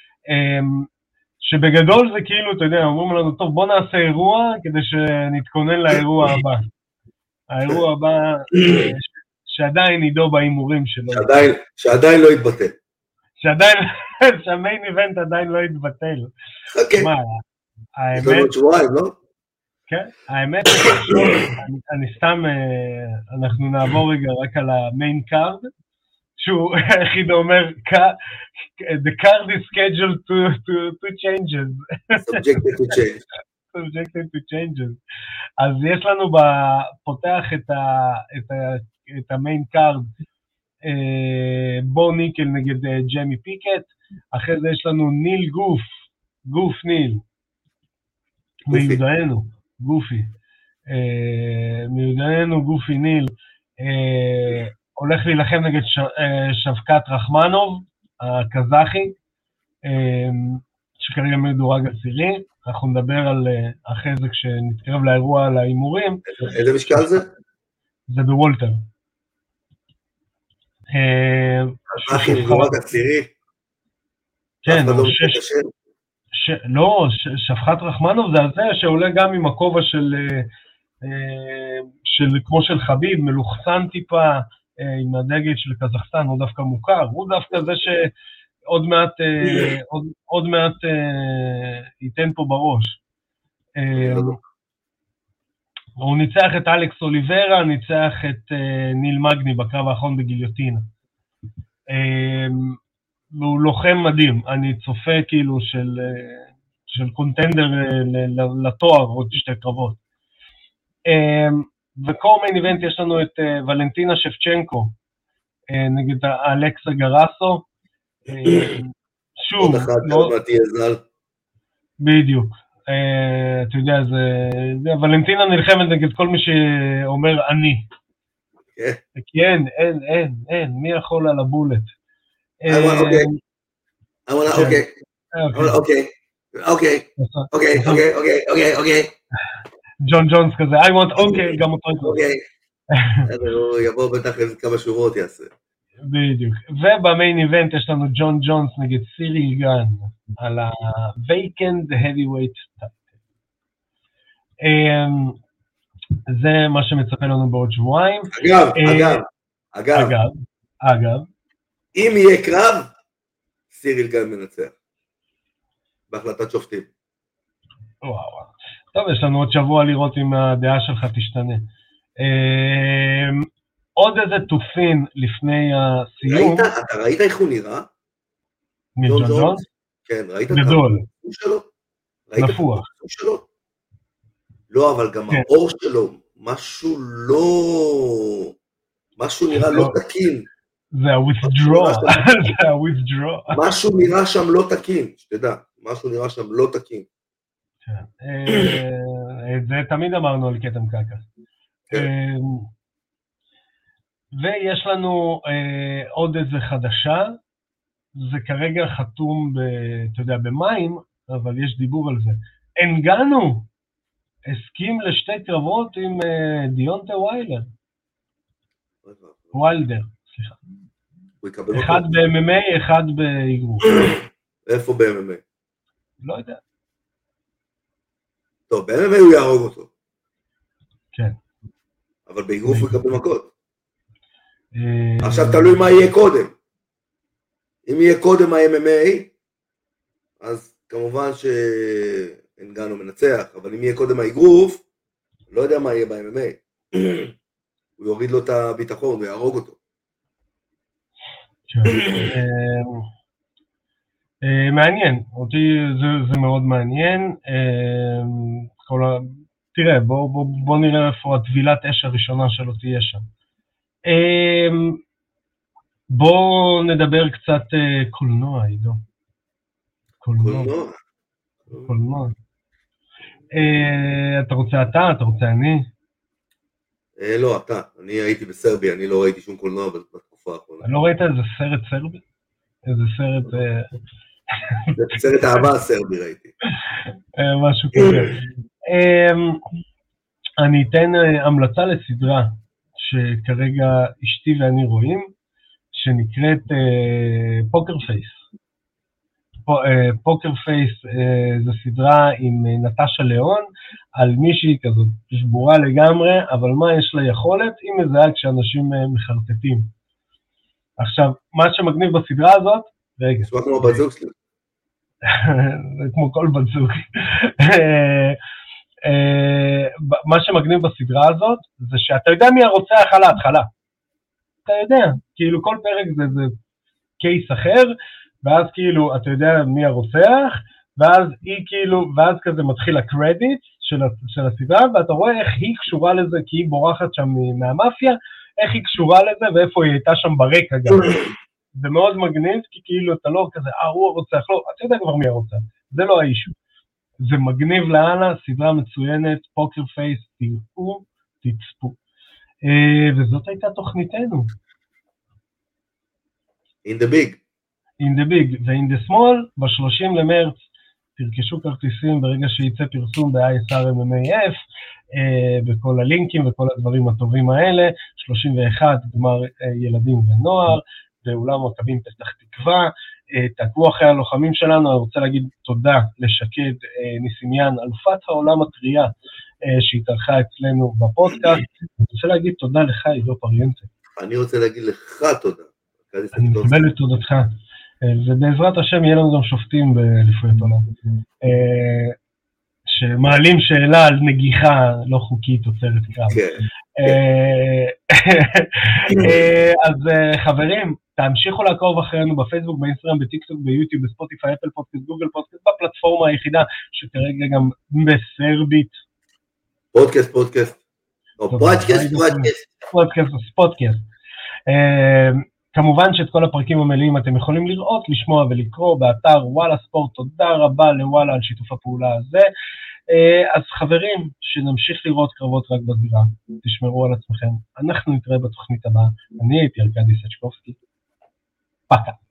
A: שבגדול זה כאילו, אתה יודע, אומרים לנו, טוב, בוא נעשה אירוע, כדי שנתכונן לאירוע הבא. האירוע הבא, שעדיין עידו באימורים שלו.
B: שעדיין לא יתבטל.
A: שעדיין, שהמיין איבנט עדיין לא יתבטל.
B: אוקיי.
A: מה, האמת...
B: שבועיים, לא?
A: כן, האמת, אני סתם, אנחנו נעבור רגע רק על המיין קארד, שהוא היחיד אומר, the card is scheduled to, to, to changes.
B: Subjected to change.
A: Subjected to changes. אז יש לנו בפותח את, ה, את, ה, את המיין קארד, בו ניקל נגד ג'מי פיקט, אחרי זה יש לנו ניל גוף, גוף ניל, מיודענו, גופי, מיודענו גופי ניל, הולך להילחם נגד שבקת רחמנוב, הקזחי, שכרגע מדורג עשירי. אנחנו נדבר על אחרי זה כשנתקרב לאירוע על האימורים.
B: איזה משקל זה?
A: זה בוולטר.
B: קזחי מדורג עשירי?
A: כן, לא, שבקת רחמנוב זה הזה שעולה גם עם הכובע של, כמו של חביב, מלוחסן טיפה, עם הדגל של קזחסטן, הוא דווקא מוכר, הוא דווקא זה שעוד מעט, עוד, עוד מעט ייתן פה בראש. הוא ניצח את אלכס אוליברה, ניצח את ניל מגני בקרב האחרון בגיליוטינה. והוא לוחם מדהים, אני צופה כאילו של, של קונטנדר לתואר עוד שתי קרבות. וקורמיין איבנט יש לנו את ולנטינה שפצ'נקו נגד אלכסה גרסו. שוב, בדיוק, אתה יודע, ולנטינה נלחמת נגד כל מי שאומר אני, כי אין, אין, אין, אין, מי יכול על הבולט?
B: אוקיי, אוקיי, אוקיי, אוקיי, אוקיי, אוקיי, אוקיי, אוקיי.
A: ג'ון ג'ונס כזה, I want, אוקיי, גם אותו.
B: אוקיי. הוא יבוא בטח איזה כמה שורות יעשה.
A: בדיוק. ובמיין איבנט יש לנו ג'ון ג'ונס נגד סיריל גן, על ה-Vacant Heavyweight Title. זה מה שמצפה לנו בעוד שבועיים.
B: אגב, אגב, אגב.
A: אגב, אגב.
B: אם יהיה קרב, סיריל גן מנצח. בהחלטת שופטים.
A: וואו וואו. טוב, יש לנו עוד שבוע לראות אם הדעה שלך תשתנה. עוד איזה תופין לפני הסיום.
B: ראית, אתה ראית איך הוא נראה?
A: ג'ון ג'ונס?
B: כן, ראית
A: גדול.
B: את הפרסום שלו?
A: נפוח.
B: ראית את הפרסום שלו? לא, אבל גם האור שלו, משהו לא... משהו נראה לא תקין.
A: זה ה-withdraw, זה ה-withdraw.
B: משהו נראה שם לא תקין, שתדע. משהו נראה שם לא תקין.
A: את זה תמיד אמרנו על כתם קקה. ויש לנו עוד איזה חדשה, זה כרגע חתום, אתה יודע, במים, אבל יש דיבור על זה. אנגנו הסכים לשתי קרבות עם דיונטה ויילר. ויילדר, סליחה. אחד ב-אם אם איי, אחד באגרוף.
B: איפה ב-אם אם איי?
A: לא יודע.
B: טוב, ב-אם אם איי הוא יהרוג אותו.
A: כן.
B: אבל באגרוף הוא יקבל מכות. עכשיו תלוי מה יהיה קודם. אם יהיה קודם ה-אם אם איי, אז כמובן שאנגנו מנצח, אבל אם יהיה קודם האגרוף, לא יודע מה יהיה ב-אם אם איי. הוא יוריד לו את הביטחון, הוא יהרוג אותו.
A: מעניין, אותי זה מאוד מעניין. תראה, בוא נראה איפה הטבילת אש הראשונה שלו תהיה שם. בואו נדבר קצת קולנוע, עידו. קולנוע. קולנוע. אתה רוצה אתה? אתה רוצה אני?
B: לא, אתה. אני הייתי בסרביה, אני לא ראיתי שום קולנוע בתקופה האחרונה.
A: לא ראית איזה סרט סרבי? איזה סרט...
B: סרט אהבה הסרבי ראיתי.
A: משהו כזה. אני אתן המלצה לסדרה שכרגע אשתי ואני רואים, שנקראת פוקר פייס. פוקר פייס זו סדרה עם נטשה ליאון, על מישהי כזאת שבורה לגמרי, אבל מה יש לה יכולת? היא מזהה כשאנשים מחרטטים. עכשיו, מה שמגניב בסדרה הזאת, רגע.
B: זה כמו בת זוג שלי.
A: זה כמו כל בת זוג. מה שמגניב בסדרה הזאת, זה שאתה יודע מי הרוצח על ההתחלה. אתה יודע, כאילו כל פרק זה, זה קייס אחר, ואז כאילו אתה יודע מי הרוצח, ואז היא כאילו, ואז כזה מתחיל הקרדיט של, של הסדרה, ואתה רואה איך היא קשורה לזה, כי היא בורחת שם מהמאפיה, איך היא קשורה לזה, ואיפה היא הייתה שם ברקע גם. זה מאוד מגניב, כי כאילו אתה לא כזה, אה, הוא הרוצח, לא, אתה יודע כבר מי הרוצח, זה לא האישו. זה מגניב לאללה, סדרה מצוינת, פוקר פייס, תראו, תצפו. וזאת הייתה תוכניתנו.
B: In the big.
A: In the big, ו-in the small, ב-שלושים למרץ, תרכשו כרטיסים ברגע שייצא פרסום ב-איי אס אר אם אם איי אף, בכל הלינקים וכל הדברים הטובים האלה, שלושים ואחד גמר ילדים ונוער, באולם מכבים פתח תקווה, תעקבו אחרי הלוחמים שלנו. אני רוצה להגיד תודה לשקד ניסימיאן, אלופת העולם הטריה, שהתארחה אצלנו בפודקאסט. אני רוצה להגיד תודה לך, עידו פריאנטה.
B: אני רוצה להגיד לך תודה.
A: אני מקבל את תודתך, ובעזרת השם יהיה לנו גם שופטים באליפויות עולם, שמעלים שאלה על נגיחה לא חוקית עוצרת קרב. אז חברים, תמשיכו לעקוב אחרינו בפייסבוק, באינסטגרם, בטיקטוק, ביוטיוב, בספוטיפיי, אפל פודקאסט, גוגל פודקאסט, בפלטפורמה היחידה שכרגע גם בסרבית.
B: פודקאסט, פודקאסט. פודקאסט, פודקאסט.
A: פודקאסט, פודקאסט. כמובן שאת כל הפרקים המלאים אתם יכולים לראות, לשמוע ולקרוא באתר וואלה ספורט. תודה רבה לוואלה על שיתוף הפעולה הזה. אז חברים, שנמשיך לראות קרבות רק בזירה, תשמרו על עצמכם. אנחנו נתראה בתוכנית הבאה. אני הייתי ארכדי סצ'קובסקי. פקה.